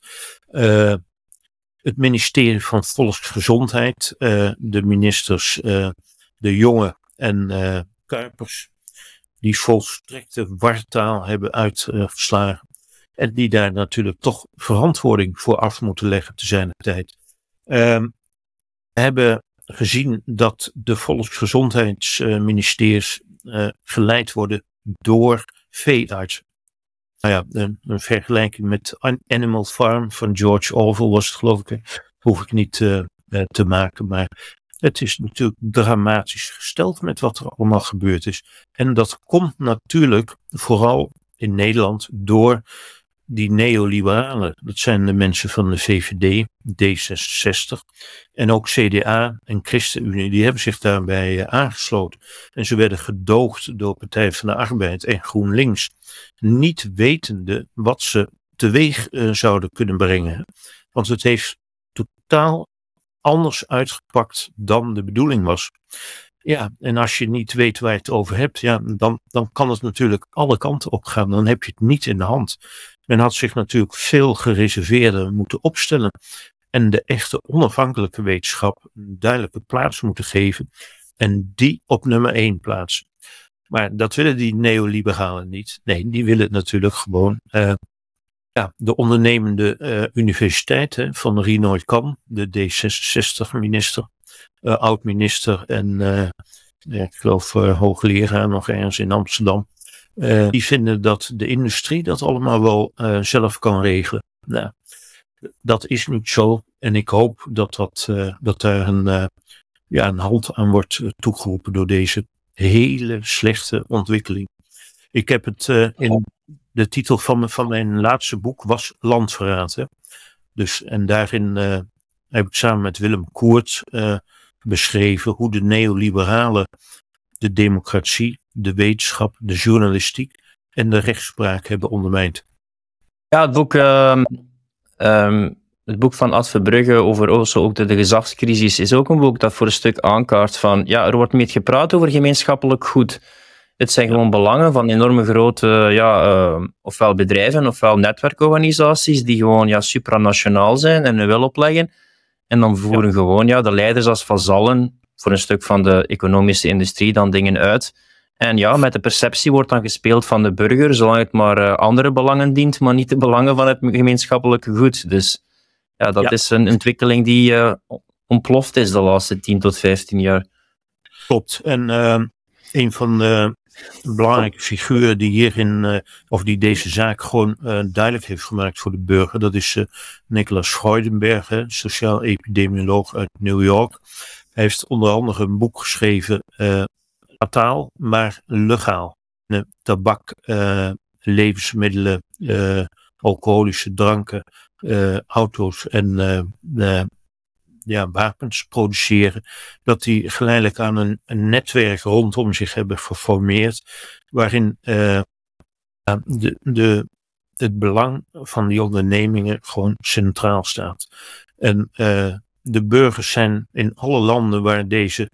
Het ministerie van Volksgezondheid, de ministers De Jonge en Kuipers, die volstrekte wartaal hebben uitgeslagen. En die daar natuurlijk toch verantwoording voor af moeten leggen te zijner tijd. Hebben gezien dat de volksgezondheidsministeries geleid worden door veeartsen. Nou ja, een vergelijking met Animal Farm van George Orwell was het, geloof ik. Hoef ik niet te maken, maar het is natuurlijk dramatisch gesteld met wat er allemaal gebeurd is. En dat komt natuurlijk vooral in Nederland door die neoliberalen. Dat zijn de mensen van de VVD, D66 en ook CDA en ChristenUnie. Die hebben zich daarbij aangesloten. En ze werden gedoogd door Partij van de Arbeid en GroenLinks. Niet wetende wat ze teweeg zouden kunnen brengen. Want het heeft totaal anders uitgepakt dan de bedoeling was. Ja, en als je niet weet waar je het over hebt, ja, dan kan het natuurlijk alle kanten op gaan. Dan heb je het niet in de hand. Men had zich natuurlijk veel gereserveerder moeten opstellen en de echte onafhankelijke wetenschap een duidelijke plaats moeten geven en die op nummer 1 plaatsen. Maar dat willen die neoliberalen niet. Nee, die willen natuurlijk gewoon de ondernemende universiteit van Rinoy Kan, de D66-minister, oud-minister en ik geloof hoogleraar nog ergens in Amsterdam. Die vinden dat de industrie dat allemaal wel zelf kan regelen. Nou, dat is niet zo. En ik hoop dat daar een halt aan wordt toegeroepen door deze hele slechte ontwikkeling. Ik heb het in de titel van mijn laatste boek was Landverraad. Hè? Dus, en daarin heb ik samen met Willem Koert beschreven hoe de neoliberalen de democratie, de wetenschap, de journalistiek en de rechtspraak hebben ondermijnd. Ja, het boek van Ad Verbrugge over ook de gezagscrisis is ook een boek dat voor een stuk aankaart van, ja, er wordt niet gepraat over gemeenschappelijk goed. Het zijn gewoon belangen van enorme grote, ofwel bedrijven, ofwel netwerkorganisaties die gewoon supranationaal zijn en een wil opleggen. En dan voeren gewoon de leiders als vazallen voor een stuk van de economische industrie dan dingen uit. En met de perceptie wordt dan gespeeld van de burger, zolang het maar andere belangen dient, maar niet de belangen van het gemeenschappelijke goed. Dus dat is een ontwikkeling die ontploft is de laatste 10 tot 15 jaar. Klopt. En een van de belangrijke figuren die hierin, of die deze zaak gewoon duidelijk heeft gemaakt voor de burger, dat is Nicholas Freudenberg, sociaal epidemioloog uit New York. Hij heeft onder andere een boek geschreven, fataal, maar legaal. Tabak, levensmiddelen, alcoholische dranken, auto's en wapens produceren, dat die geleidelijk aan een netwerk rondom zich hebben geformeerd, waarin het belang van die ondernemingen gewoon centraal staat. En de burgers zijn in alle landen waar deze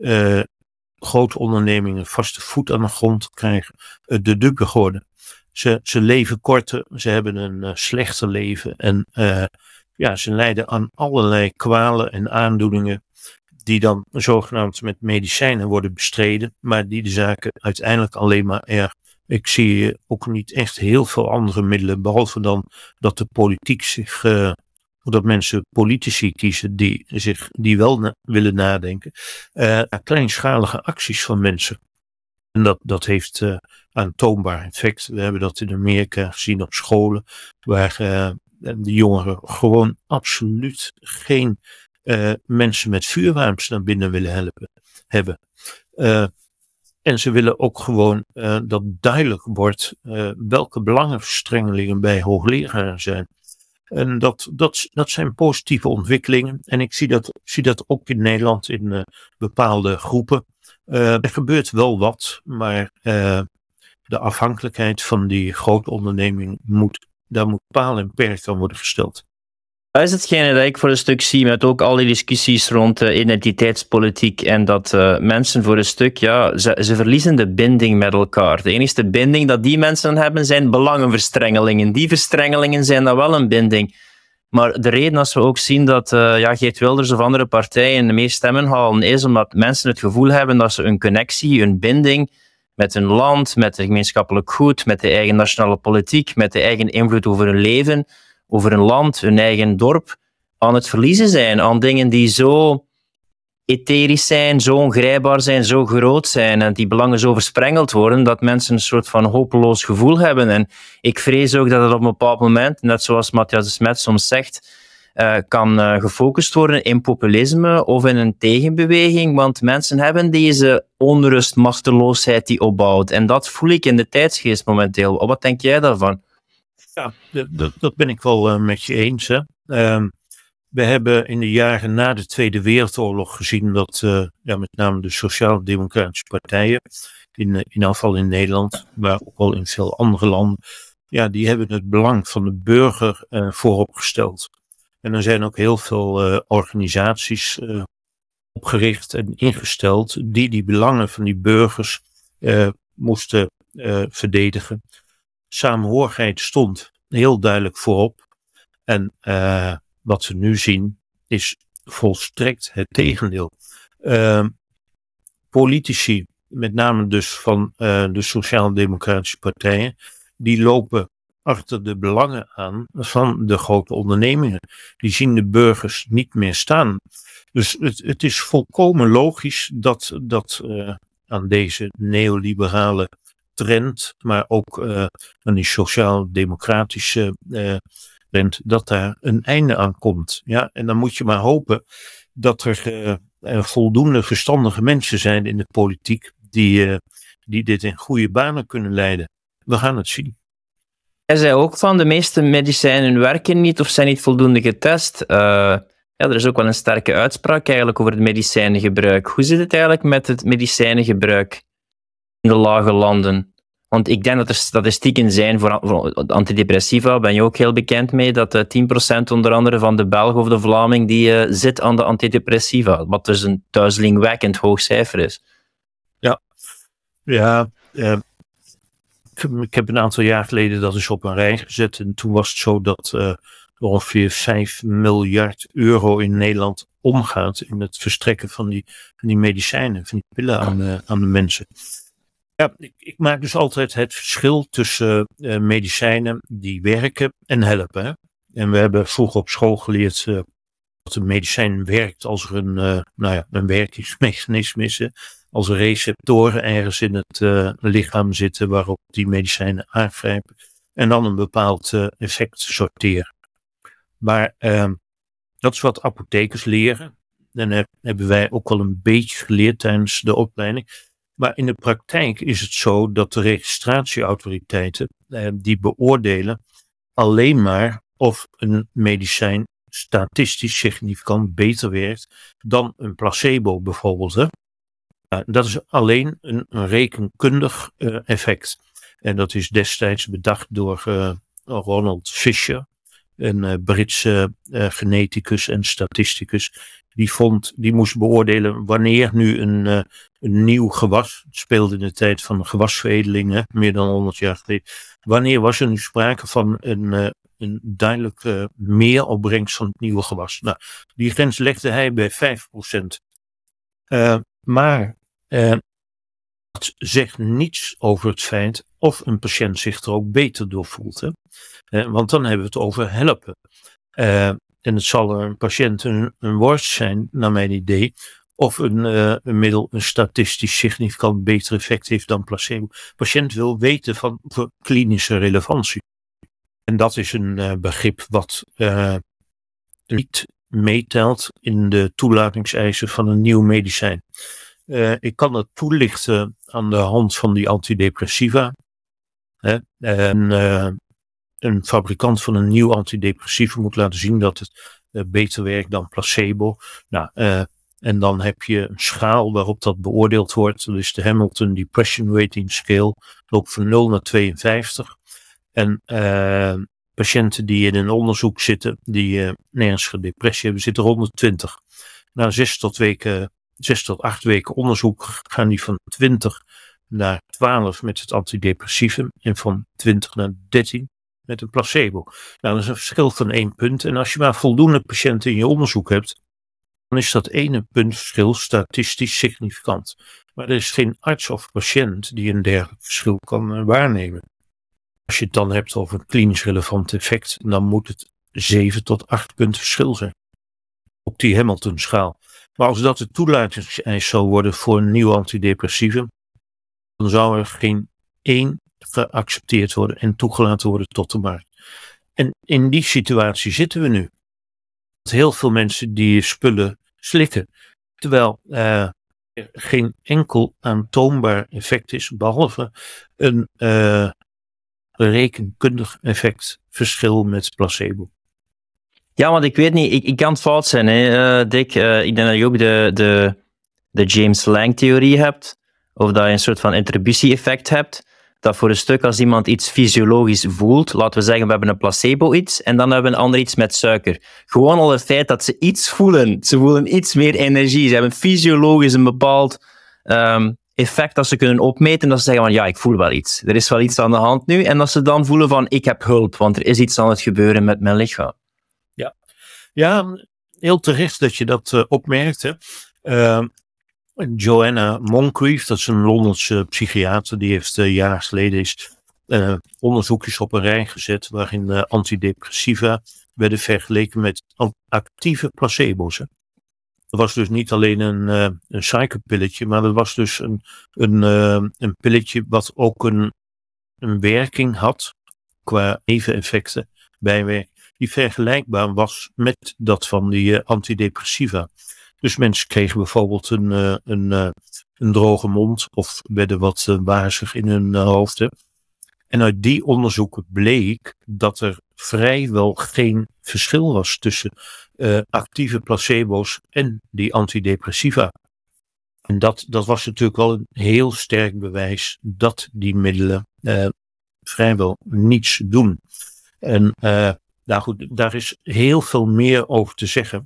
grote ondernemingen vaste voet aan de grond krijgen, de dupe geworden. Ze leven korter, ze hebben een slechter leven en ze lijden aan allerlei kwalen en aandoeningen die dan zogenaamd met medicijnen worden bestreden, maar die de zaken uiteindelijk alleen maar erg. Ik zie ook niet echt heel veel andere middelen, behalve dan dat de politiek dat mensen politici kiezen die wel willen nadenken. Kleinschalige acties van mensen. En dat heeft aantoonbaar effect. We hebben dat in Amerika gezien op scholen, waar de jongeren gewoon absoluut geen mensen met vuurwapens naar binnen willen hebben. En ze willen ook gewoon dat duidelijk wordt welke belangenverstrengelingen bij hoogleraren zijn. En dat zijn positieve ontwikkelingen. En ik zie dat ook in Nederland in bepaalde groepen. Er gebeurt wel wat, maar de afhankelijkheid van die grote onderneming daar moet paal en perk aan worden gesteld. Dat is hetgene dat ik voor een stuk zie met ook al die discussies rond identiteitspolitiek en dat mensen voor een stuk, ze verliezen de binding met elkaar. De enige binding dat die mensen hebben zijn belangenverstrengelingen. Die verstrengelingen zijn dan wel een binding. Maar de reden als we ook zien dat Geert Wilders of andere partijen meer stemmen halen, is omdat mensen het gevoel hebben dat ze een connectie, een binding met hun land, met het gemeenschappelijk goed, met de eigen nationale politiek, met de eigen invloed over hun leven, over een land, hun eigen dorp, aan het verliezen zijn. Aan dingen die zo etherisch zijn, zo ongrijpbaar zijn, zo groot zijn en die belangen zo versprengeld worden, dat mensen een soort van hopeloos gevoel hebben. En ik vrees ook dat het op een bepaald moment, net zoals Matthias de Smet soms zegt, kan gefocust worden in populisme of in een tegenbeweging, want mensen hebben deze onrust, machteloosheid die opbouwt. En dat voel ik in de tijdsgeest momenteel. Wat denk jij daarvan? Ja, dat ben ik wel met je eens. Hè. We hebben in de jaren na de Tweede Wereldoorlog gezien dat met name de sociaal-democratische partijen, in ieder geval in Nederland, maar ook wel in veel andere landen, die hebben het belang van de burger voorop gesteld. En er zijn ook heel veel organisaties opgericht en ingesteld die belangen van die burgers moesten verdedigen. Samenhorigheid stond heel duidelijk voorop. En wat we nu zien is volstrekt het tegendeel. Politici, met name dus van de sociaal-democratische partijen, die lopen achter de belangen aan van de grote ondernemingen. Die zien de burgers niet meer staan. Dus het is volkomen logisch dat aan deze neoliberale trend, maar ook aan die sociaal-democratische trend, dat daar een einde aan komt. Ja, en dan moet je maar hopen dat er voldoende verstandige mensen zijn in de politiek die dit in goede banen kunnen leiden. We gaan het zien. Hij zei ook van de meeste medicijnen werken niet of zijn niet voldoende getest. Er is ook wel een sterke uitspraak eigenlijk over het medicijnengebruik. Hoe zit het eigenlijk met het medicijnengebruik in de lage landen? Want ik denk dat er statistieken zijn voor antidepressiva, ben je ook heel bekend mee, dat 10% onder andere van de Belg of de Vlaming die zit aan de antidepressiva, wat dus een duizelingwekkend hoog cijfer is. Ja, ik heb een aantal jaar geleden dat eens op een rij gezet en toen was het zo dat ongeveer 5 miljard euro in Nederland omgaat in het verstrekken van die medicijnen, van die pillen aan de mensen. Ja, ik maak dus altijd het verschil tussen medicijnen die werken en helpen. Hè? En we hebben vroeger op school geleerd dat een medicijn werkt als er een werkingsmechanisme is. Hè? Als er receptoren ergens in het lichaam zitten waarop die medicijnen aangrijpen. En dan een bepaald effect sorteren. Maar dat is wat apothekers leren. En hebben wij ook wel een beetje geleerd tijdens de opleiding. Maar in de praktijk is het zo dat de registratieautoriteiten die beoordelen alleen maar of een medicijn statistisch significant beter werkt dan een placebo bijvoorbeeld. Hè? Dat is alleen een rekenkundig effect. En dat is destijds bedacht door Ronald Fisher, een Britse geneticus en statisticus. Die moest beoordelen wanneer nu een nieuw gewas, het speelde in de tijd van de gewasveredeling, meer dan 100 jaar geleden. Wanneer was er nu sprake van een duidelijke meeropbrengst van het nieuwe gewas? Nou, die grens legde hij bij 5%. Maar dat zegt niets over het feit of een patiënt zich er ook beter door voelt. Hè? Want dan hebben we het over helpen. En het zal een patiënt een worst zijn, naar mijn idee, of een middel een statistisch significant beter effect heeft dan placebo. De patiënt wil weten van klinische relevantie. En dat is een begrip wat niet meetelt in de toelatingseisen van een nieuw medicijn. Ik kan dat toelichten aan de hand van die antidepressiva. Een fabrikant van een nieuw antidepressief moet laten zien dat het beter werkt dan placebo. En dan heb je een schaal waarop dat beoordeeld wordt. Dat is de Hamilton Depression Rating Scale. Loopt van 0 naar 52. En patiënten die in een onderzoek zitten, die ernstige depressie hebben, zitten 120. Na 6 tot 8 weken onderzoek gaan die van 20 naar 12 met het antidepressivum en van 20 naar 13 met een placebo. Nou, dat is een verschil van 1 punt. En als je maar voldoende patiënten in je onderzoek hebt, dan is dat ene punt verschil statistisch significant. Maar er is geen arts of patiënt die een dergelijk verschil kan waarnemen. Als je het dan hebt over een klinisch relevant effect, dan moet het 7 tot 8 punten verschil zijn. Op die Hamilton-schaal. Maar als dat de toelatingseis zou worden voor een nieuw antidepressivum, dan zou er geen 1 geaccepteerd worden en toegelaten worden tot de markt. En in die situatie zitten we nu. Heel veel mensen die spullen slikken, terwijl er geen enkel aantoonbaar effect is, behalve een rekenkundig effect verschil met placebo. Ja, want ik weet niet, ik kan het fout zijn, hè, Dick. Ik denk dat je ook de James Lange-theorie hebt, of dat je een soort van attributie-effect hebt, dat voor een stuk als iemand iets fysiologisch voelt, laten we zeggen we hebben een placebo-iets, en dan hebben we een ander iets met suiker. Gewoon al het feit dat ze iets voelen, ze voelen iets meer energie, ze hebben fysiologisch een bepaald effect dat ze kunnen opmeten, dat ze zeggen van ja, ik voel wel iets. Er is wel iets aan de hand nu, en dat ze dan voelen van ik heb hulp, want er is iets aan het gebeuren met mijn lichaam. Ja, heel terecht dat je dat opmerkt. Hè. Joanna Moncrief, dat is een Londense psychiater, die heeft jaren geleden onderzoekjes op een rij gezet waarin antidepressiva werden vergeleken met actieve placebo's. Hè. Dat was dus niet alleen een suikerpilletje, maar dat was dus een pilletje wat ook een werking had qua neveneffecten, bijwerking, die vergelijkbaar was met dat van die antidepressiva. Dus mensen kregen bijvoorbeeld een droge mond of werden wat wazig in hun hoofd. En uit die onderzoeken bleek dat er vrijwel geen verschil was tussen actieve placebo's en die antidepressiva. En dat was natuurlijk wel een heel sterk bewijs dat die middelen vrijwel niets doen. En nou goed, daar is heel veel meer over te zeggen.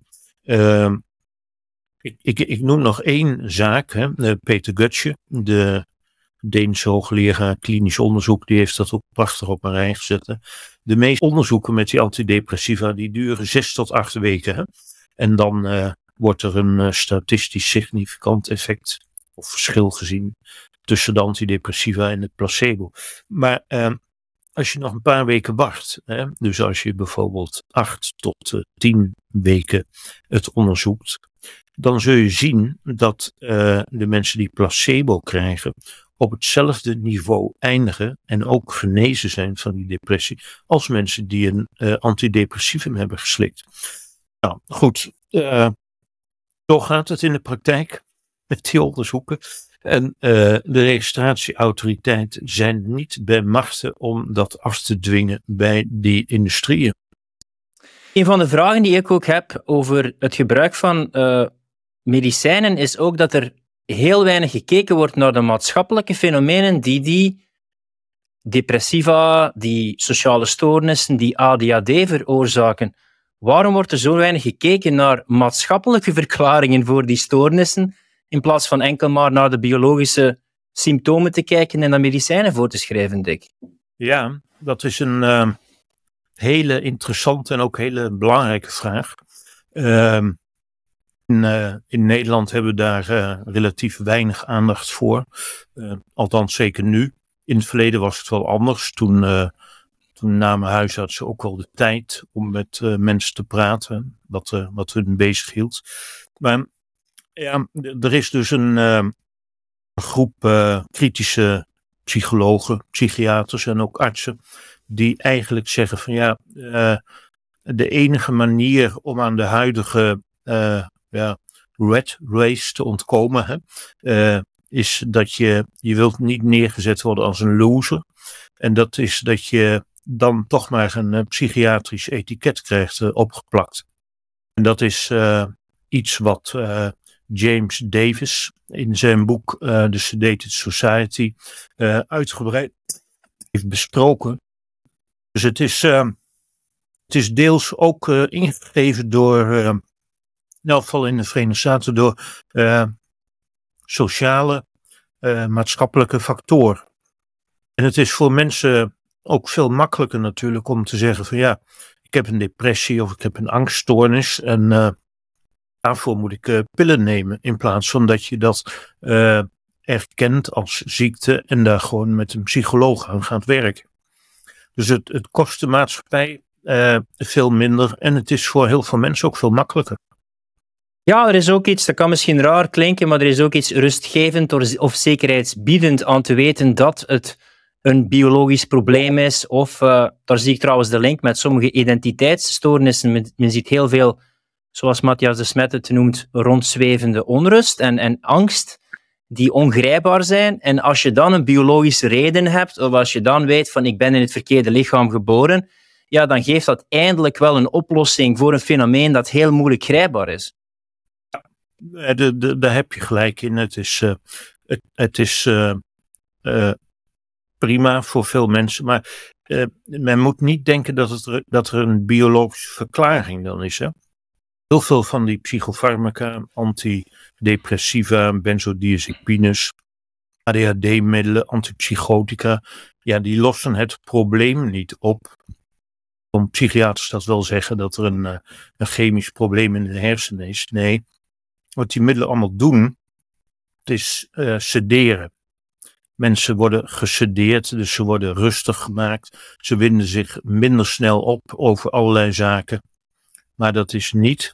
Ik noem nog één zaak. Peter Gutsche, de Deense hoogleraar klinisch onderzoek, die heeft dat ook prachtig op een rij gezet. De meeste onderzoeken met die antidepressiva, die duren 6 tot 8 weken. Hè? En dan wordt er een statistisch significant effect of verschil gezien tussen de antidepressiva en het placebo. Maar als je nog een paar weken wacht, dus als je bijvoorbeeld 8 tot 10 weken het onderzoekt, dan zul je zien dat de mensen die placebo krijgen op hetzelfde niveau eindigen en ook genezen zijn van die depressie als mensen die een antidepressivum hebben geslikt. Nou goed, zo gaat het in de praktijk met die onderzoeken. En de registratieautoriteiten zijn niet bij machten om dat af te dwingen bij die industrieën. Een van de vragen die ik ook heb over het gebruik van medicijnen is ook dat er heel weinig gekeken wordt naar de maatschappelijke fenomenen die depressiva, die sociale stoornissen, die ADHD veroorzaken. Waarom wordt er zo weinig gekeken naar maatschappelijke verklaringen voor die stoornissen, in plaats van enkel maar naar de biologische symptomen te kijken en dan medicijnen voor te schrijven, Dick? Ja, dat is een hele interessante en ook hele belangrijke vraag. In Nederland hebben we daar relatief weinig aandacht voor. Althans zeker nu. In het verleden was het wel anders. Toen namen huisartsen ook wel de tijd om met mensen te praten. Wat hun bezig hield. Maar ja, er is dus een groep kritische psychologen, psychiaters en ook artsen die eigenlijk zeggen van ja, de enige manier om aan de huidige rat race te ontkomen is dat je wilt niet neergezet worden als een loser. En dat is dat je dan toch maar een psychiatrisch etiket krijgt opgeplakt. En dat is iets wat James Davis in zijn boek The Sedated Society uitgebreid heeft besproken. Dus het is deels ook ingegeven door, in elk geval in de Verenigde Staten, door sociale, maatschappelijke factoren. En het is voor mensen ook veel makkelijker natuurlijk om te zeggen van ja, ik heb een depressie of ik heb een angststoornis en daarvoor moet ik pillen nemen, in plaats van dat je dat erkent als ziekte en daar gewoon met een psycholoog aan gaat werken. Dus het kost de maatschappij veel minder en het is voor heel veel mensen ook veel makkelijker. Ja, er is ook iets, dat kan misschien raar klinken, maar er is ook iets rustgevend of zekerheidsbiedend aan te weten dat het een biologisch probleem is. Of, daar zie ik trouwens de link met sommige identiteitsstoornissen. Men ziet heel veel, zoals Matthias de Smet het noemt, rondzwevende onrust en angst die ongrijpbaar zijn. En als je dan een biologische reden hebt, of als je dan weet van ik ben in het verkeerde lichaam geboren, ja, dan geeft dat eindelijk wel een oplossing voor een fenomeen dat heel moeilijk grijpbaar is. Daar heb je gelijk in. Het is prima voor veel mensen, maar men moet niet denken dat er een biologische verklaring dan is. Hè? Heel veel van die psychofarmaca, antidepressiva, benzodiazepines, ADHD-middelen, antipsychotica, ja, die lossen het probleem niet op. Om psychiaters dat wel zeggen dat er een chemisch probleem in de hersenen is. Nee, wat die middelen allemaal doen, het is sederen. Mensen worden gesedeerd, dus ze worden rustig gemaakt. Ze winden zich minder snel op over allerlei zaken. Maar dat is niet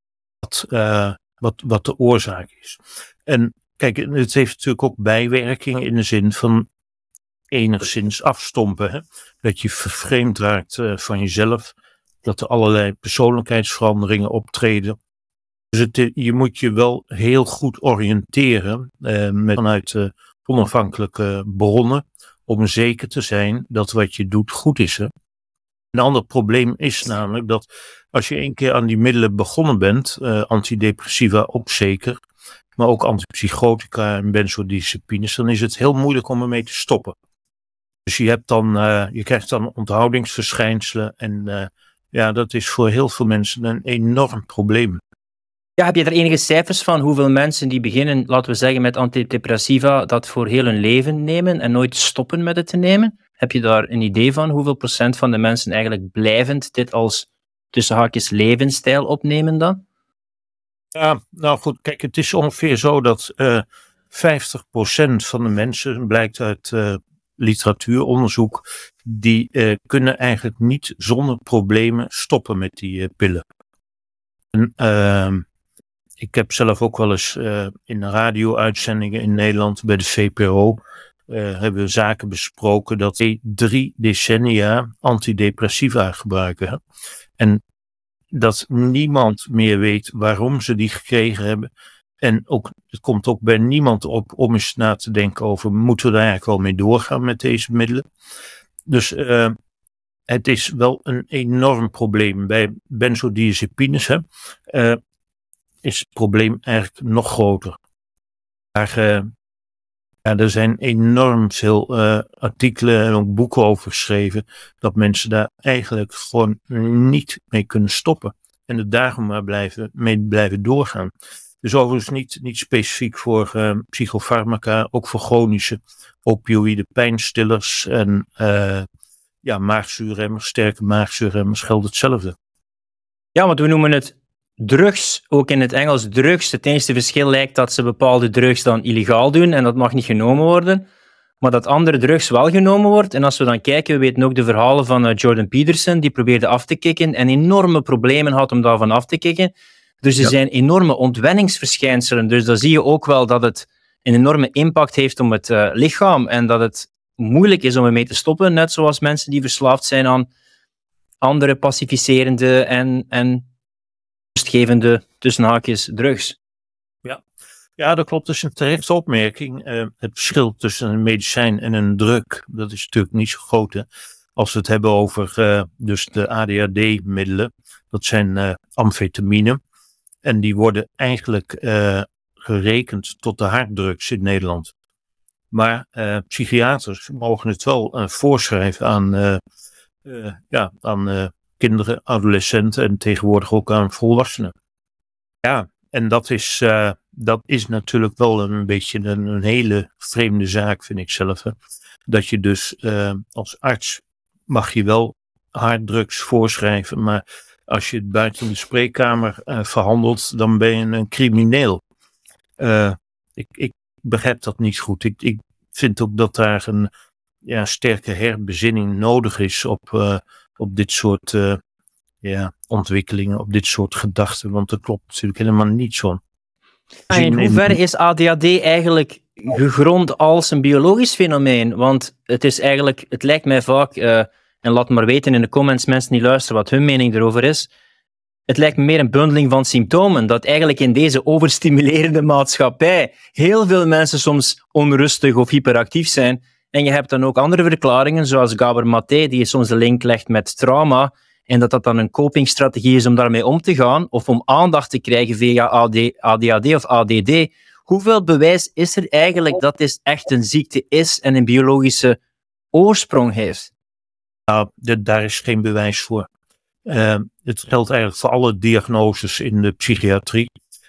wat de oorzaak is. En kijk, het heeft natuurlijk ook bijwerking in de zin van enigszins afstompen. Hè? Dat je vervreemd raakt van jezelf. Dat er allerlei persoonlijkheidsveranderingen optreden. Dus je moet je wel heel goed oriënteren vanuit onafhankelijke bronnen. Om zeker te zijn dat wat je doet goed is. Hè? Een ander probleem is namelijk dat als je 1 keer aan die middelen begonnen bent, antidepressiva ook zeker, maar ook antipsychotica en benzodiazepines, dan is het heel moeilijk om ermee te stoppen. Dus je krijgt dan onthoudingsverschijnselen en dat is voor heel veel mensen een enorm probleem. Ja, heb je er enige cijfers van hoeveel mensen die beginnen, laten we zeggen, met antidepressiva, dat voor heel hun leven nemen en nooit stoppen met het te nemen? Heb je daar een idee van hoeveel procent van de mensen eigenlijk blijvend dit als tussen haakjes levensstijl opnemen dan? Ja, nou goed, kijk, het is ongeveer zo dat 50% van de mensen, blijkt uit literatuuronderzoek, die kunnen eigenlijk niet zonder problemen stoppen met die pillen. En, ik heb zelf ook wel eens in radio-uitzendingen in Nederland bij de VPRO hebben we zaken besproken dat 3 decennia antidepressiva gebruiken. Hè? En dat niemand meer weet waarom ze die gekregen hebben. En ook, het komt ook bij niemand op om eens na te denken over, moeten we daar eigenlijk wel mee doorgaan met deze middelen? Dus het is wel een enorm probleem. Bij benzodiazepines is het probleem eigenlijk nog groter. Er zijn enorm veel artikelen en ook boeken over geschreven dat mensen daar eigenlijk gewoon niet mee kunnen stoppen. En het daarom maar blijven doorgaan. Dus overigens niet specifiek voor psychofarmaca, ook voor chronische opioïde pijnstillers en maagzuurremmers, sterke maagzuurremmers geldt hetzelfde. Ja, want we noemen het drugs, ook in het Engels drugs. Het enige verschil lijkt dat ze bepaalde drugs dan illegaal doen en dat mag niet genomen worden, maar dat andere drugs wel genomen wordt. En als we dan kijken, we weten ook de verhalen van Jordan Peterson, die probeerde af te kicken en enorme problemen had om daarvan af te kicken. Dus er zijn enorme ontwenningsverschijnselen. Dus dan zie je ook wel dat het een enorme impact heeft op het lichaam en dat het moeilijk is om ermee te stoppen, net zoals mensen die verslaafd zijn aan andere pacificerende en rustgevende, tussen haakjes, drugs. Ja, dat klopt. Dat is een terechte opmerking. Het verschil tussen een medicijn en een drug, dat is natuurlijk niet zo groot. Hè? Als we het hebben over dus de ADHD-middelen, dat zijn amfetamine. En die worden eigenlijk gerekend tot de harddrugs in Nederland. Maar psychiaters mogen het wel voorschrijven aan kinderen, adolescenten en tegenwoordig ook aan volwassenen. Ja, en dat is natuurlijk wel een beetje een hele vreemde zaak, vind ik zelf. Hè. Dat je dus als arts mag je wel harddrugs voorschrijven, maar als je het buiten de spreekkamer verhandelt, dan ben je een crimineel. Ik begrijp dat niet goed. Ik vind ook dat daar een sterke herbezinning nodig is op dit soort ontwikkelingen, op dit soort gedachten, want dat klopt natuurlijk helemaal niet zo. In hoeverre is ADHD eigenlijk gegrond als een biologisch fenomeen? Want het lijkt mij vaak, en laat maar weten in de comments mensen die luisteren wat hun mening erover is, het lijkt me meer een bundeling van symptomen, dat eigenlijk in deze overstimulerende maatschappij heel veel mensen soms onrustig of hyperactief zijn. En je hebt dan ook andere verklaringen, zoals Gabor Maté, die soms de link legt met trauma, en dat dan een copingstrategie is om daarmee om te gaan, of om aandacht te krijgen via ADHD of ADD. Hoeveel bewijs is er eigenlijk dat dit echt een ziekte is en een biologische oorsprong heeft? Nou, daar is geen bewijs voor. Het geldt eigenlijk voor alle diagnoses in de psychiatrie.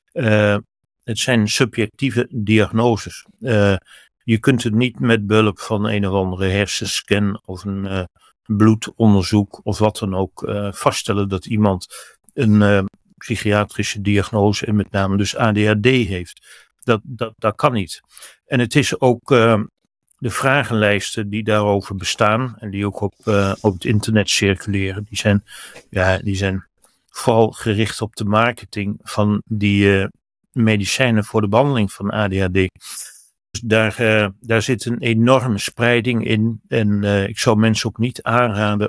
Het zijn subjectieve diagnoses. Je kunt het niet met behulp van een of andere hersenscan of een bloedonderzoek of wat dan ook vaststellen dat iemand een psychiatrische diagnose en met name dus ADHD heeft. Dat kan niet. En het is ook de vragenlijsten die daarover bestaan en die ook op het internet circuleren, die zijn vooral gericht op de marketing van die medicijnen voor de behandeling van ADHD. Dus daar zit een enorme spreiding in en ik zou mensen ook niet aanraden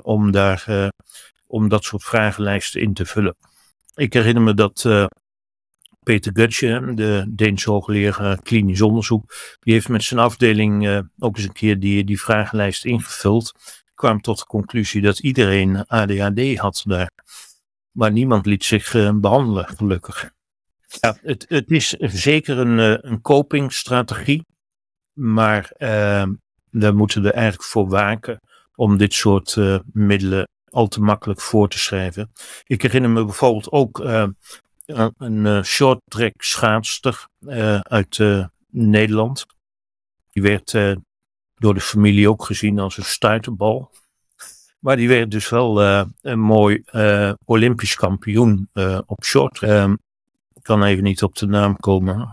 om dat soort vragenlijsten in te vullen. Ik herinner me dat Peter Gutje, de Deense hoogleraar klinisch onderzoek, die heeft met zijn afdeling ook eens een keer die vragenlijst ingevuld. Kwam tot de conclusie dat iedereen ADHD had daar. Maar niemand liet zich behandelen, gelukkig. Ja, het is zeker een copingstrategie. Maar daar moeten we eigenlijk voor waken om dit soort middelen al te makkelijk voor te schrijven. Ik herinner me bijvoorbeeld ook een short track schaatster uit Nederland. Die werd door de familie ook gezien als een stuiterbal. Maar die werd dus wel een mooi Olympisch kampioen op short track. Ik kan even niet op de naam komen.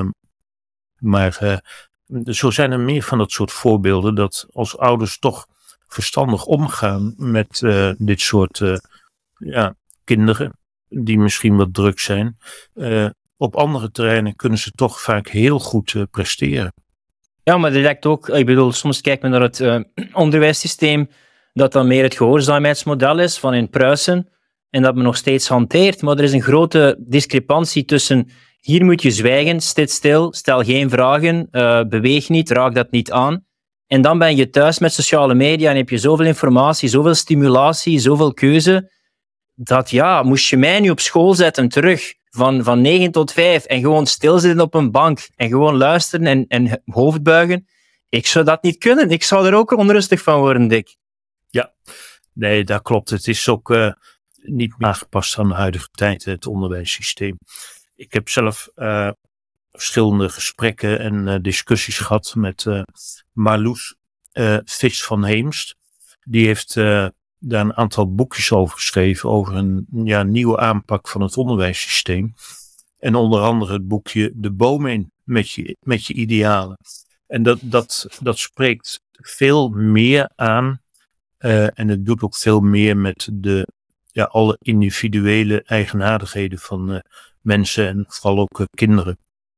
Maar zo zijn er meer van dat soort voorbeelden dat als ouders toch verstandig omgaan met dit soort kinderen die misschien wat druk zijn. Op andere terreinen kunnen ze toch vaak heel goed presteren. Ja, maar direct ook, ik bedoel, soms kijkt men naar het onderwijssysteem dat dan meer het gehoorzaamheidsmodel is van in Pruisen en dat men nog steeds hanteert. Maar er is een grote discrepantie tussen hier moet je zwijgen, zit stil, stel geen vragen, beweeg niet, raak dat niet aan. En dan ben je thuis met sociale media en heb je zoveel informatie, zoveel stimulatie, zoveel keuze, dat moest je mij nu op school zetten terug van 9 tot 5 en gewoon stilzitten op een bank en gewoon luisteren en hoofdbuigen. Ik zou dat niet kunnen. Ik zou er ook onrustig van worden, Dick. Ja, nee, dat klopt. Het is ook niet meer aangepast aan de huidige tijd, het onderwijssysteem. Ik heb zelf verschillende gesprekken en discussies gehad met Marloes Vis van Heemst. Die heeft daar een aantal boekjes over geschreven over een nieuwe aanpak van het onderwijssysteem. En onder andere het boekje De boom in met je idealen. En dat spreekt veel meer aan en het doet ook veel meer met alle individuele eigenaardigheden van mensen en vooral ook kinderen.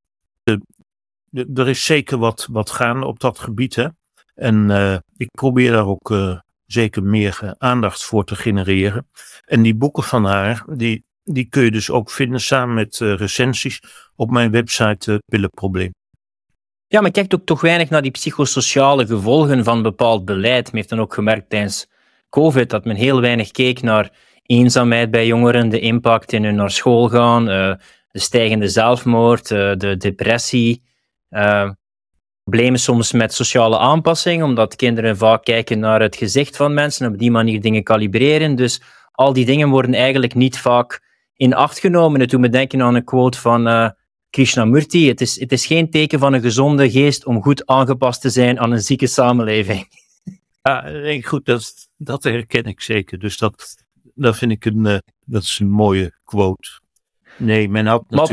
Er is zeker wat gaande op dat gebied. Hè? En ik probeer daar ook zeker meer aandacht voor te genereren. En die boeken van haar, die kun je dus ook vinden samen met recensies op mijn website Pillenprobleem. Ja, maar kijkt ook toch weinig naar die psychosociale gevolgen van bepaald beleid. Men heeft dan ook gemerkt tijdens COVID dat men heel weinig keek naar eenzaamheid bij jongeren, de impact in hun naar school gaan, de stijgende zelfmoord, de depressie, problemen soms met sociale aanpassing, omdat kinderen vaak kijken naar het gezicht van mensen en op die manier dingen kalibreren. Dus al die dingen worden eigenlijk niet vaak in acht genomen. Het doet me denken aan een quote van Krishnamurti. Het is geen teken van een gezonde geest om goed aangepast te zijn aan een zieke samenleving. Ja, nee, goed, dat herken ik zeker. Dus dat vind ik dat is een mooie quote. Nee, men had maar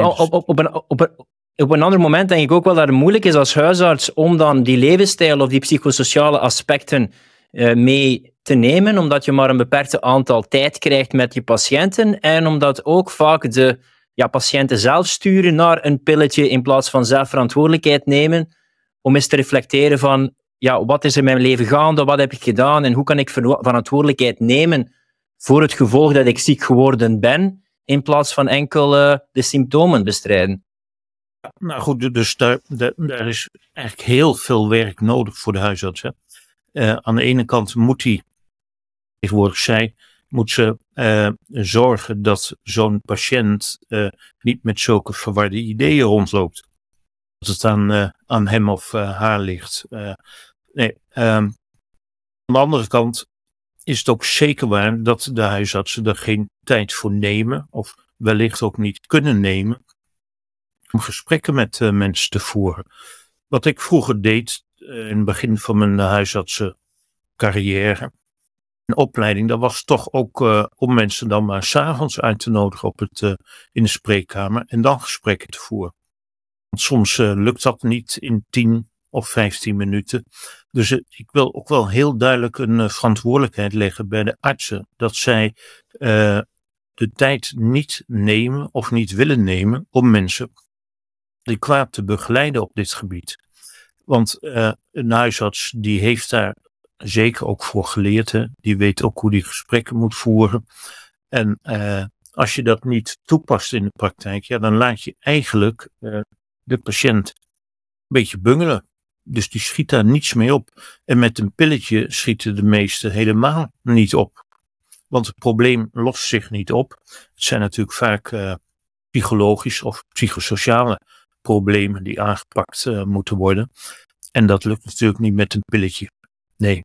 op een ander moment denk ik ook wel dat het moeilijk is als huisarts om dan die levensstijl of die psychosociale aspecten mee te nemen, omdat je maar een beperkt aantal tijd krijgt met je patiënten en omdat ook vaak de patiënten zelf sturen naar een pilletje in plaats van zelf verantwoordelijkheid nemen om eens te reflecteren van wat is er in mijn leven gaande, wat heb ik gedaan en hoe kan ik verantwoordelijkheid nemen voor het gevolg dat ik ziek geworden ben, in plaats van enkel de symptomen bestrijden. Nou goed, dus daar is eigenlijk heel veel werk nodig voor de huisarts. Hè? Aan de ene kant moet hij, tegenwoordig moet ze zorgen dat zo'n patiënt niet met zulke verwarde ideeën rondloopt. Dat het aan hem of haar ligt. Aan de andere kant is het ook zeker waar dat de huisartsen er geen tijd voor nemen, of wellicht ook niet kunnen nemen, om gesprekken met mensen te voeren. Wat ik vroeger deed, in het begin van mijn huisartsencarrière, een opleiding, dat was toch ook om mensen dan maar 's avonds uit te nodigen in de spreekkamer en dan gesprekken te voeren. Want soms lukt dat niet in 10 of 15 minuten. Dus ik wil ook wel heel duidelijk een verantwoordelijkheid leggen bij de artsen, dat zij de tijd niet nemen of niet willen nemen om mensen adequaat te begeleiden op dit gebied. Want een huisarts die heeft daar zeker ook voor geleerd. Hè? Die weet ook hoe die gesprekken moet voeren. En als je dat niet toepast in de praktijk, dan laat je eigenlijk de patiënt een beetje bungelen. Dus die schiet daar niets mee op. En met een pilletje schieten de meesten helemaal niet op. Want het probleem lost zich niet op. Het zijn natuurlijk vaak psychologische of psychosociale problemen die aangepakt moeten worden. En dat lukt natuurlijk niet met een pilletje. Nee,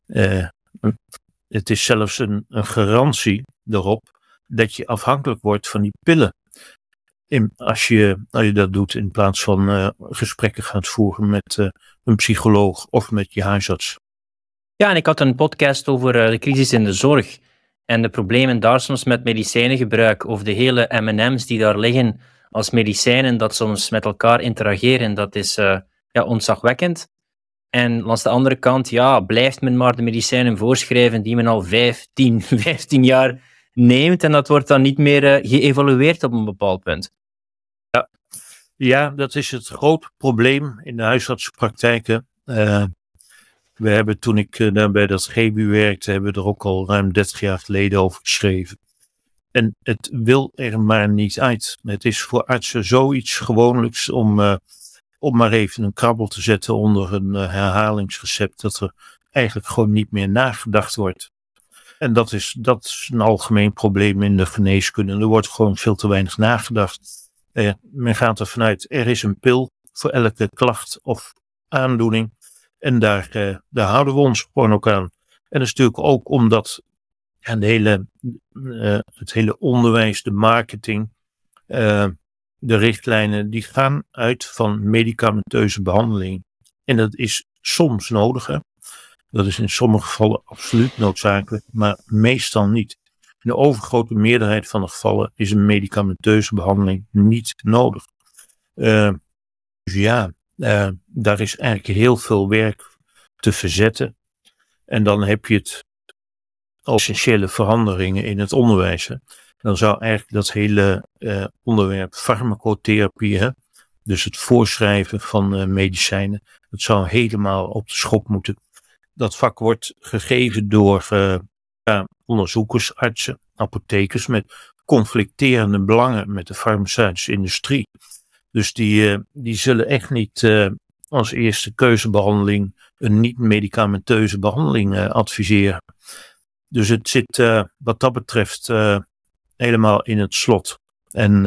het is zelfs een garantie erop dat je afhankelijk wordt van die pillen. Als je dat doet in plaats van gesprekken gaat voeren met een psycholoog of met je huisarts. Ja, en ik had een podcast over de crisis in de zorg en de problemen daar soms met medicijnengebruik of de hele M&M's die daar liggen als medicijnen dat soms met elkaar interageren. Dat is ontzagwekkend. En langs de andere kant, blijft men maar de medicijnen voorschrijven die men al 15 jaar neemt en dat wordt dan niet meer geëvalueerd op een bepaald punt. Ja, dat is het grote probleem in de huisartsenpraktijken. We hebben toen ik daar bij dat GBU werkte, hebben we er ook al ruim 30 jaar geleden over geschreven. En het wil er maar niet uit. Het is voor artsen zoiets gewoonlijks om maar even een krabbel te zetten onder een herhalingsrecept, dat er eigenlijk gewoon niet meer nagedacht wordt. En dat is een algemeen probleem in de geneeskunde. Er wordt gewoon veel te weinig nagedacht. Men gaat er vanuit, er is een pil voor elke klacht of aandoening. En daar houden we ons gewoon ook aan. En dat is natuurlijk ook omdat het hele onderwijs, de marketing, de richtlijnen, die gaan uit van medicamenteuze behandeling. En dat is soms nodig. Hè? Dat is in sommige gevallen absoluut noodzakelijk, maar meestal niet. In de overgrote meerderheid van de gevallen is een medicamenteuze behandeling niet nodig. Daar is eigenlijk heel veel werk te verzetten. En dan heb je het essentiële veranderingen in het onderwijs. Hè. Dan zou eigenlijk dat hele onderwerp farmacotherapie, dus het voorschrijven van medicijnen, dat zou helemaal op de schop moeten. Dat vak wordt gegeven door onderzoekers, artsen, apothekers met conflicterende belangen met de farmaceutische industrie. Dus die zullen echt niet als eerste keuzebehandeling een niet-medicamenteuze behandeling adviseren. Dus het zit wat dat betreft helemaal in het slot. En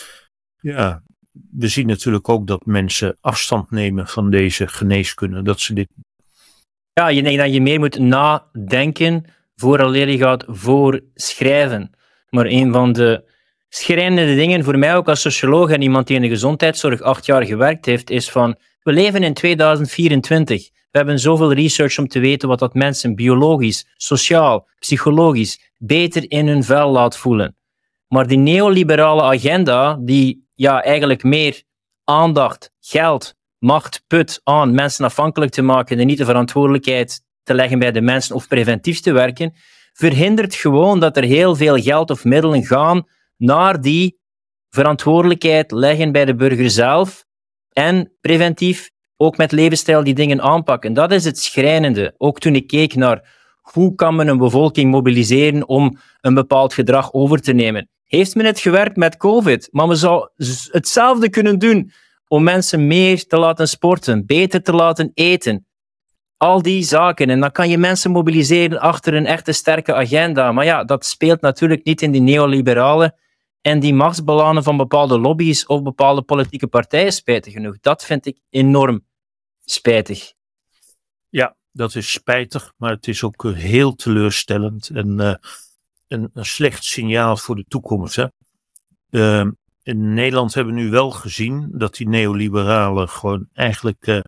we zien natuurlijk ook dat mensen afstand nemen van deze geneeskunde. Dat ze dit... Ja, je denkt dat je meer moet nadenken vooraleer je gaat voorschrijven. Maar een van de schrijnende dingen voor mij ook als socioloog en iemand die in de gezondheidszorg 8 jaar gewerkt heeft, is van, we leven in 2024. We hebben zoveel research om te weten wat dat mensen biologisch, sociaal, psychologisch beter in hun vel laat voelen. Maar die neoliberale agenda, die eigenlijk meer aandacht, geld, macht put aan mensen afhankelijk te maken en niet de verantwoordelijkheid te leggen bij de mensen of preventief te werken, verhindert gewoon dat er heel veel geld of middelen gaan naar die verantwoordelijkheid leggen bij de burger zelf en preventief ook met levensstijl die dingen aanpakken. Dat is het schrijnende. Ook toen ik keek naar hoe kan men een bevolking mobiliseren om een bepaald gedrag over te nemen. Heeft men het gewerkt met COVID? Maar men zou hetzelfde kunnen doen om mensen meer te laten sporten, beter te laten eten. Al die zaken. En dan kan je mensen mobiliseren achter een echte sterke agenda. Maar ja, dat speelt natuurlijk niet in die neoliberale en die machtsbelangen van bepaalde lobby's of bepaalde politieke partijen, spijtig genoeg. Dat vind ik enorm spijtig. Ja, dat is spijtig, maar het is ook heel teleurstellend en een slecht signaal voor de toekomst. Hè? In Nederland hebben we nu wel gezien dat die neoliberalen gewoon eigenlijk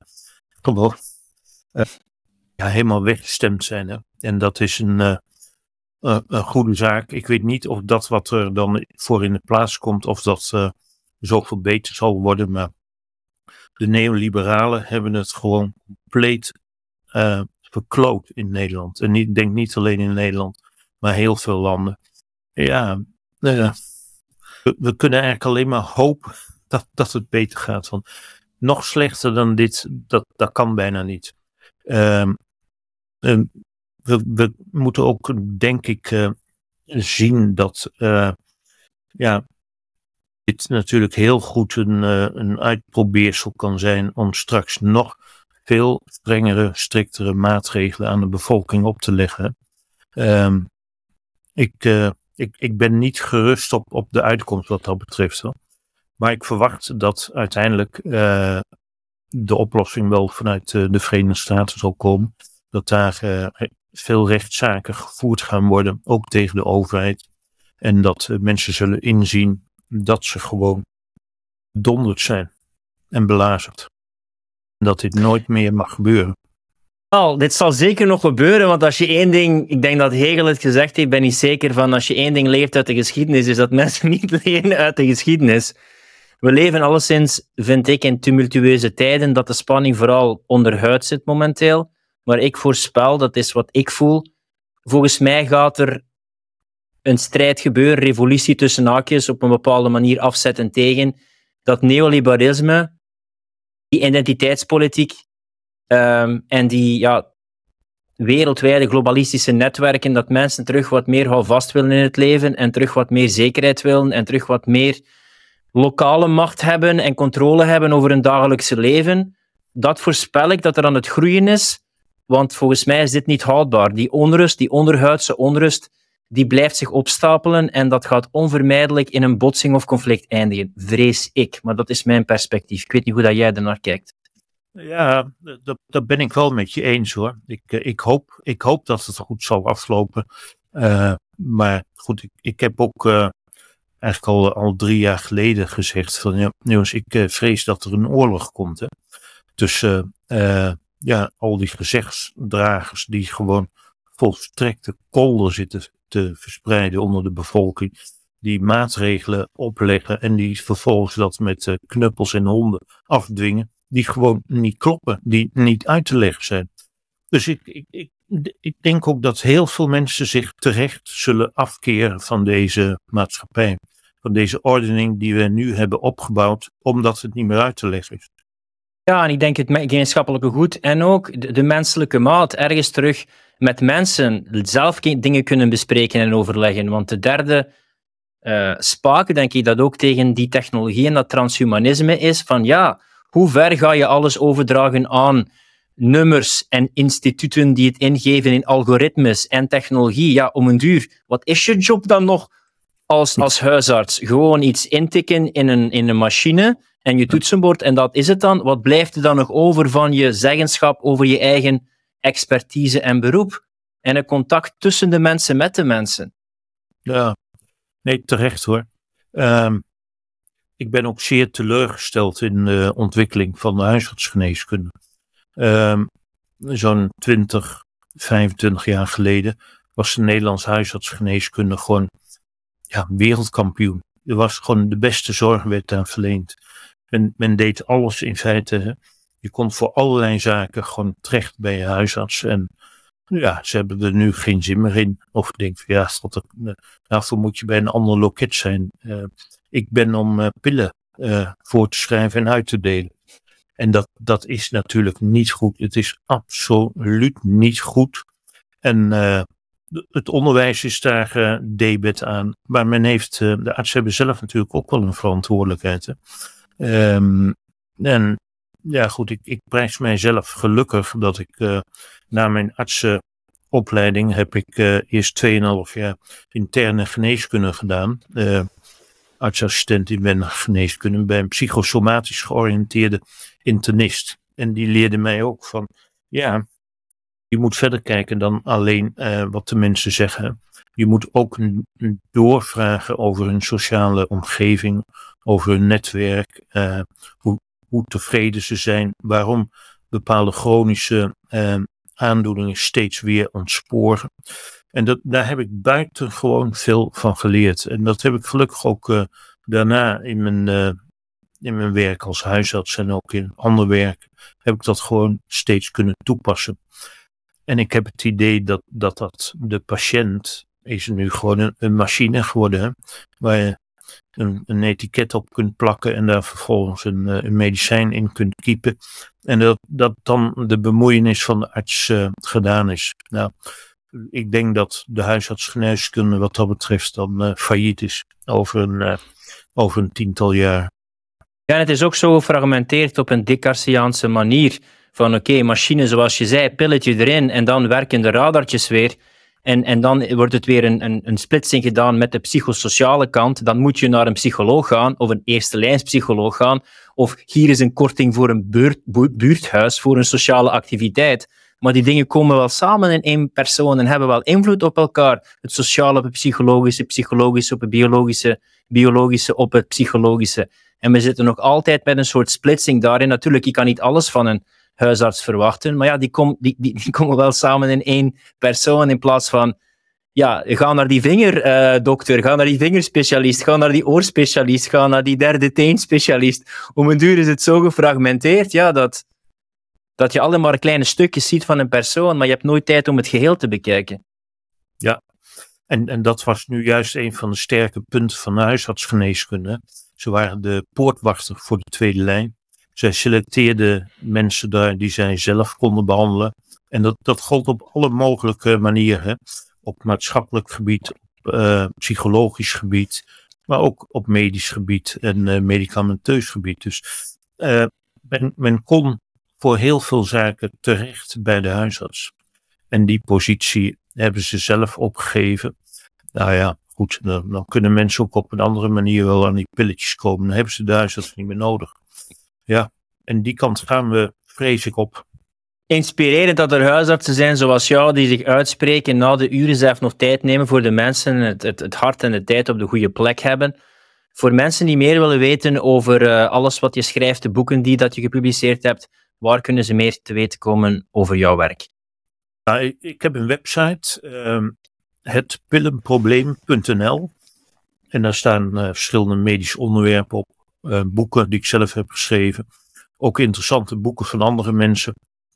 helemaal weggestemd zijn. Hè? En dat is een goede zaak. Ik weet niet of dat wat er dan voor in de plaats komt, of dat zoveel beter zal worden, maar de neoliberalen hebben het gewoon compleet verkloot in Nederland. En ik denk niet alleen in Nederland, maar heel veel landen. Ja, we kunnen eigenlijk alleen maar hopen dat het beter gaat. Want nog slechter dan dit, dat kan bijna niet. We moeten ook, denk ik, zien dat dit natuurlijk heel goed een uitprobeersel kan zijn om straks nog veel strengere, striktere maatregelen aan de bevolking op te leggen. Ik ben niet gerust op de uitkomst wat dat betreft. Hoor. Maar ik verwacht dat uiteindelijk de oplossing wel vanuit de Verenigde Staten zal komen. Dat daar veel rechtszaken gevoerd gaan worden, ook tegen de overheid. En dat mensen zullen inzien dat ze gewoon bedonderd zijn en belazerd. En dat dit nooit meer mag gebeuren. Wel, dit zal zeker nog gebeuren, want als je één ding, ik denk dat Hegel het gezegd heeft, ben ik zeker van, als je één ding leert uit de geschiedenis, is dat mensen niet leren uit de geschiedenis. We leven alleszins, vind ik, in tumultueuze tijden, dat de spanning vooral onderhuid zit momenteel. Maar ik voorspel, dat is wat ik voel, volgens mij gaat er een strijd gebeuren, revolutie tussen haakjes, op een bepaalde manier afzetten tegen dat neoliberalisme, die identiteitspolitiek en die wereldwijde globalistische netwerken, dat mensen terug wat meer houvast willen in het leven en terug wat meer zekerheid willen en terug wat meer lokale macht hebben en controle hebben over hun dagelijkse leven. Dat voorspel ik dat er aan het groeien is, want volgens mij is dit niet houdbaar. Die onrust, die onderhuidse onrust, die blijft zich opstapelen en dat gaat onvermijdelijk in een botsing of conflict eindigen, vrees ik. Maar dat is mijn perspectief. Ik weet niet hoe dat jij ernaar kijkt. Ja, dat ben ik wel met je eens hoor. Ik hoop dat het goed zal aflopen. Maar goed, ik heb ook eigenlijk al 3 jaar geleden gezegd van ja, jongens, ik vrees dat er een oorlog komt. Hè. Tussen al die gezichtsdragers die gewoon volstrekte kolder zitten te verspreiden onder de bevolking. Die maatregelen opleggen en die vervolgens dat met knuppels en honden afdwingen. Die gewoon niet kloppen, die niet uit te leggen zijn. Dus ik denk ook dat heel veel mensen zich terecht zullen afkeren van deze maatschappij. Van deze ordening die we nu hebben opgebouwd, omdat het niet meer uit te leggen is. Ja, en ik denk het gemeenschappelijke goed en ook de menselijke maat ergens terug met mensen zelf dingen kunnen bespreken en overleggen. Want de derde spaak, denk ik, dat ook tegen die technologie en dat transhumanisme is van ja, hoe ver ga je alles overdragen aan nummers en instituten die het ingeven in algoritmes en technologie? Ja, om een duur. Wat is je job dan nog als huisarts? Gewoon iets intikken in een machine en je toetsenbord en dat is het dan. Wat blijft er dan nog over van je zeggenschap over je eigen expertise en beroep? En een contact tussen de mensen met de mensen. Ja, nee, terecht hoor. Ik ben ook zeer teleurgesteld in de ontwikkeling van de huisartsgeneeskunde. Zo'n 25 jaar geleden was de Nederlandse huisartsgeneeskunde gewoon wereldkampioen. Er was gewoon de beste zorg werd daar verleend. Men deed alles in feite. Hè. Je kon voor allerlei zaken gewoon terecht bij je huisarts. En ja, ze hebben er nu geen zin meer in. Of ik denk van daarvoor moet je bij een ander loket zijn. Ik ben om pillen voor te schrijven en uit te delen. En dat is natuurlijk niet goed. Het is absoluut niet goed. En het onderwijs is daar debet aan. Maar de artsen hebben zelf natuurlijk ook wel een verantwoordelijkheid. Hè. En ja goed, ik prijs mijzelf gelukkig dat ik na mijn artsenopleiding heb ik eerst 2,5 jaar interne geneeskunde gedaan. Artsassistent in geneeskunde bij een psychosomatisch georiënteerde internist. En die leerde mij ook van, ja, je moet verder kijken dan alleen wat de mensen zeggen. Je moet ook doorvragen over hun sociale omgeving, over hun netwerk, hoe tevreden ze zijn, waarom bepaalde chronische aandoeningen steeds weer ontsporen. En daar heb ik buitengewoon veel van geleerd. En dat heb ik gelukkig ook daarna in mijn werk als huisarts en ook in ander werk, heb ik dat gewoon steeds kunnen toepassen. En ik heb het idee dat de patiënt is nu gewoon een machine geworden, hè, waar je een etiket op kunt plakken en daar vervolgens een medicijn in kunt kiepen. En dat dan de bemoeienis van de arts gedaan is. Nou, ik denk dat de huisartsgeneeskunde wat dat betreft dan failliet is over een 10-tal jaar. Ja, en het is ook zo gefragmenteerd op een Descartesiaanse manier. Van oké, machine zoals je zei, pilletje erin en dan werken de radartjes weer. en dan wordt het weer een splitsing gedaan met de psychosociale kant. Dan moet je naar een psycholoog gaan, of een eerste lijns psycholoog gaan, of hier is een korting voor een buurthuis, voor een sociale activiteit. Maar die dingen komen wel samen in één persoon en hebben wel invloed op elkaar. Het sociale op het psychologische op het biologische op het psychologische. En we zitten nog altijd met een soort splitsing daarin. Natuurlijk, je kan niet alles van een huisarts verwachten, maar ja, die komen wel samen in één persoon in plaats van, ja, ga naar die vingerdokter, ga naar die vingerspecialist, ga naar die oorspecialist, ga naar die derde teenspecialist. Om een duur is het zo gefragmenteerd, ja, dat je alleen maar kleine stukjes ziet van een persoon, maar je hebt nooit tijd om het geheel te bekijken. Ja, en dat was nu juist een van de sterke punten van de huisartsgeneeskunde. Ze waren de poortwachter voor de tweede lijn. Zij selecteerden mensen daar die zij zelf konden behandelen. En dat gold op alle mogelijke manieren. Op maatschappelijk gebied, op psychologisch gebied, maar ook op medisch gebied en medicamenteus gebied. Dus men kon voor heel veel zaken terecht bij de huisarts. En die positie hebben ze zelf opgegeven. Nou ja, goed, dan kunnen mensen ook op een andere manier wel aan die pilletjes komen. Dan hebben ze de huisarts niet meer nodig. Ja, en die kant gaan we, vrees ik, op. Inspirerend dat er huisartsen zijn zoals jou, die zich uitspreken na de uren zelf nog tijd nemen voor de mensen, het hart en de tijd op de goede plek hebben. Voor mensen die meer willen weten over alles wat je schrijft, de boeken dat je gepubliceerd hebt, waar kunnen ze meer te weten komen over jouw werk? Nou, ik heb een website, hetpillenprobleem.nl. En daar staan verschillende medische onderwerpen op, boeken die ik zelf heb geschreven. Ook interessante boeken van andere mensen.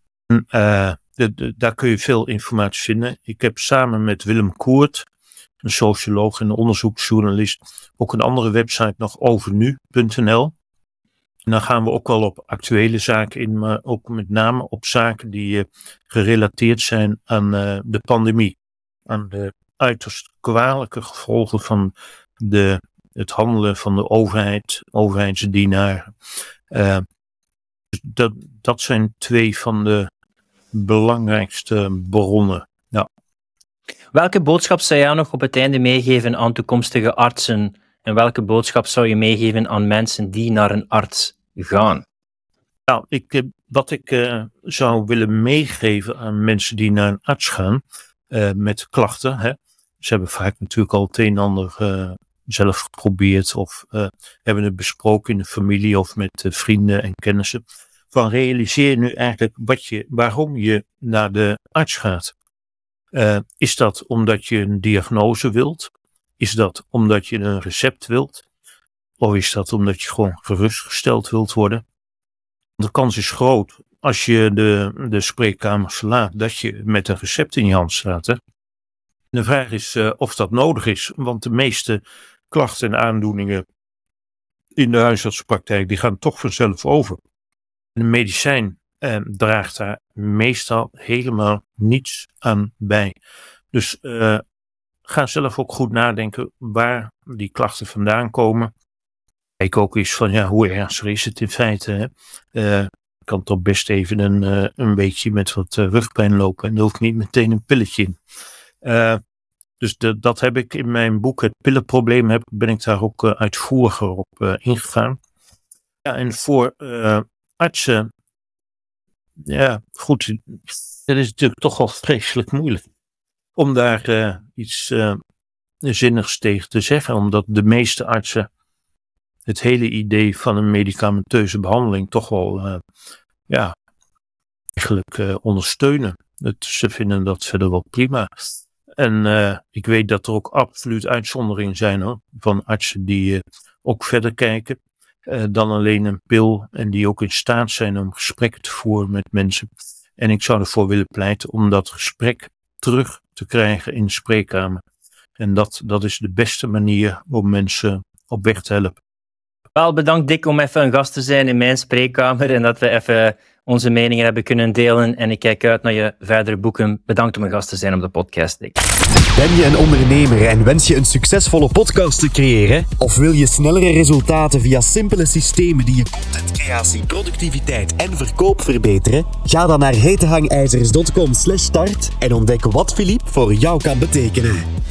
Daar kun je veel informatie vinden. Ik heb samen met Willem Koert, een socioloog en een onderzoeksjournalist, ook een andere website nog overnu.nl. En dan gaan we ook wel op actuele zaken in, maar ook met name op zaken die gerelateerd zijn aan de pandemie. Aan de uiterst kwalijke gevolgen van het handelen van de overheid, overheidsdienaren. Dat zijn twee van de belangrijkste bronnen. Ja. Welke boodschap zou jij nog op het einde meegeven aan toekomstige artsen? En welke boodschap zou je meegeven aan mensen die naar een arts gaan? Nou, wat ik zou willen meegeven aan mensen die naar een arts gaan met klachten. Hè. Ze hebben vaak natuurlijk al het een en ander zelf geprobeerd of hebben het besproken in de familie of met vrienden en kennissen. Van realiseer nu eigenlijk waarom je naar de arts gaat. Is dat omdat je een diagnose wilt? Is dat omdat je een recept wilt? Of is dat omdat je gewoon gerustgesteld wilt worden? De kans is groot als je de spreekkamer verlaat dat je met een recept in je hand staat. Hè? De vraag is of dat nodig is, want de meeste klachten en aandoeningen in de huisartsenpraktijk die gaan toch vanzelf over. De medicijn draagt daar meestal helemaal niets aan bij. Dus ga zelf ook goed nadenken waar die klachten vandaan komen. Kijk ook eens van hoe ernstig is het in feite. Hè? Je kan toch best even een weekje met wat rugpijn lopen en er hoeft niet meteen een pilletje in. Dus dat heb ik in mijn boek, Het Pillenprobleem, ben ik daar ook uitvoeriger op ingegaan. Ja, en voor artsen, ja goed, dat is natuurlijk toch wel vreselijk moeilijk om daar iets zinnigs tegen te zeggen, omdat de meeste artsen het hele idee van een medicamenteuze behandeling toch wel eigenlijk ondersteunen. Ze vinden dat verder wel prima. En ik weet dat er ook absoluut uitzonderingen zijn hoor, van artsen die ook verder kijken dan alleen een pil en die ook in staat zijn om gesprekken te voeren met mensen. En ik zou ervoor willen pleiten om dat gesprek terug te krijgen in de spreekkamer. En dat is de beste manier om mensen op weg te helpen. Wel, bedankt Dick om even een gast te zijn in mijn spreekkamer en dat we even onze meningen hebben kunnen delen. En ik kijk uit naar je verdere boeken. Bedankt om een gast te zijn op de podcast, Dick. Ben je een ondernemer en wens je een succesvolle podcast te creëren? Of wil je snellere resultaten via simpele systemen die je contentcreatie, productiviteit en verkoop verbeteren? Ga dan naar hetehangijzers.com/start en ontdek wat Philippe voor jou kan betekenen.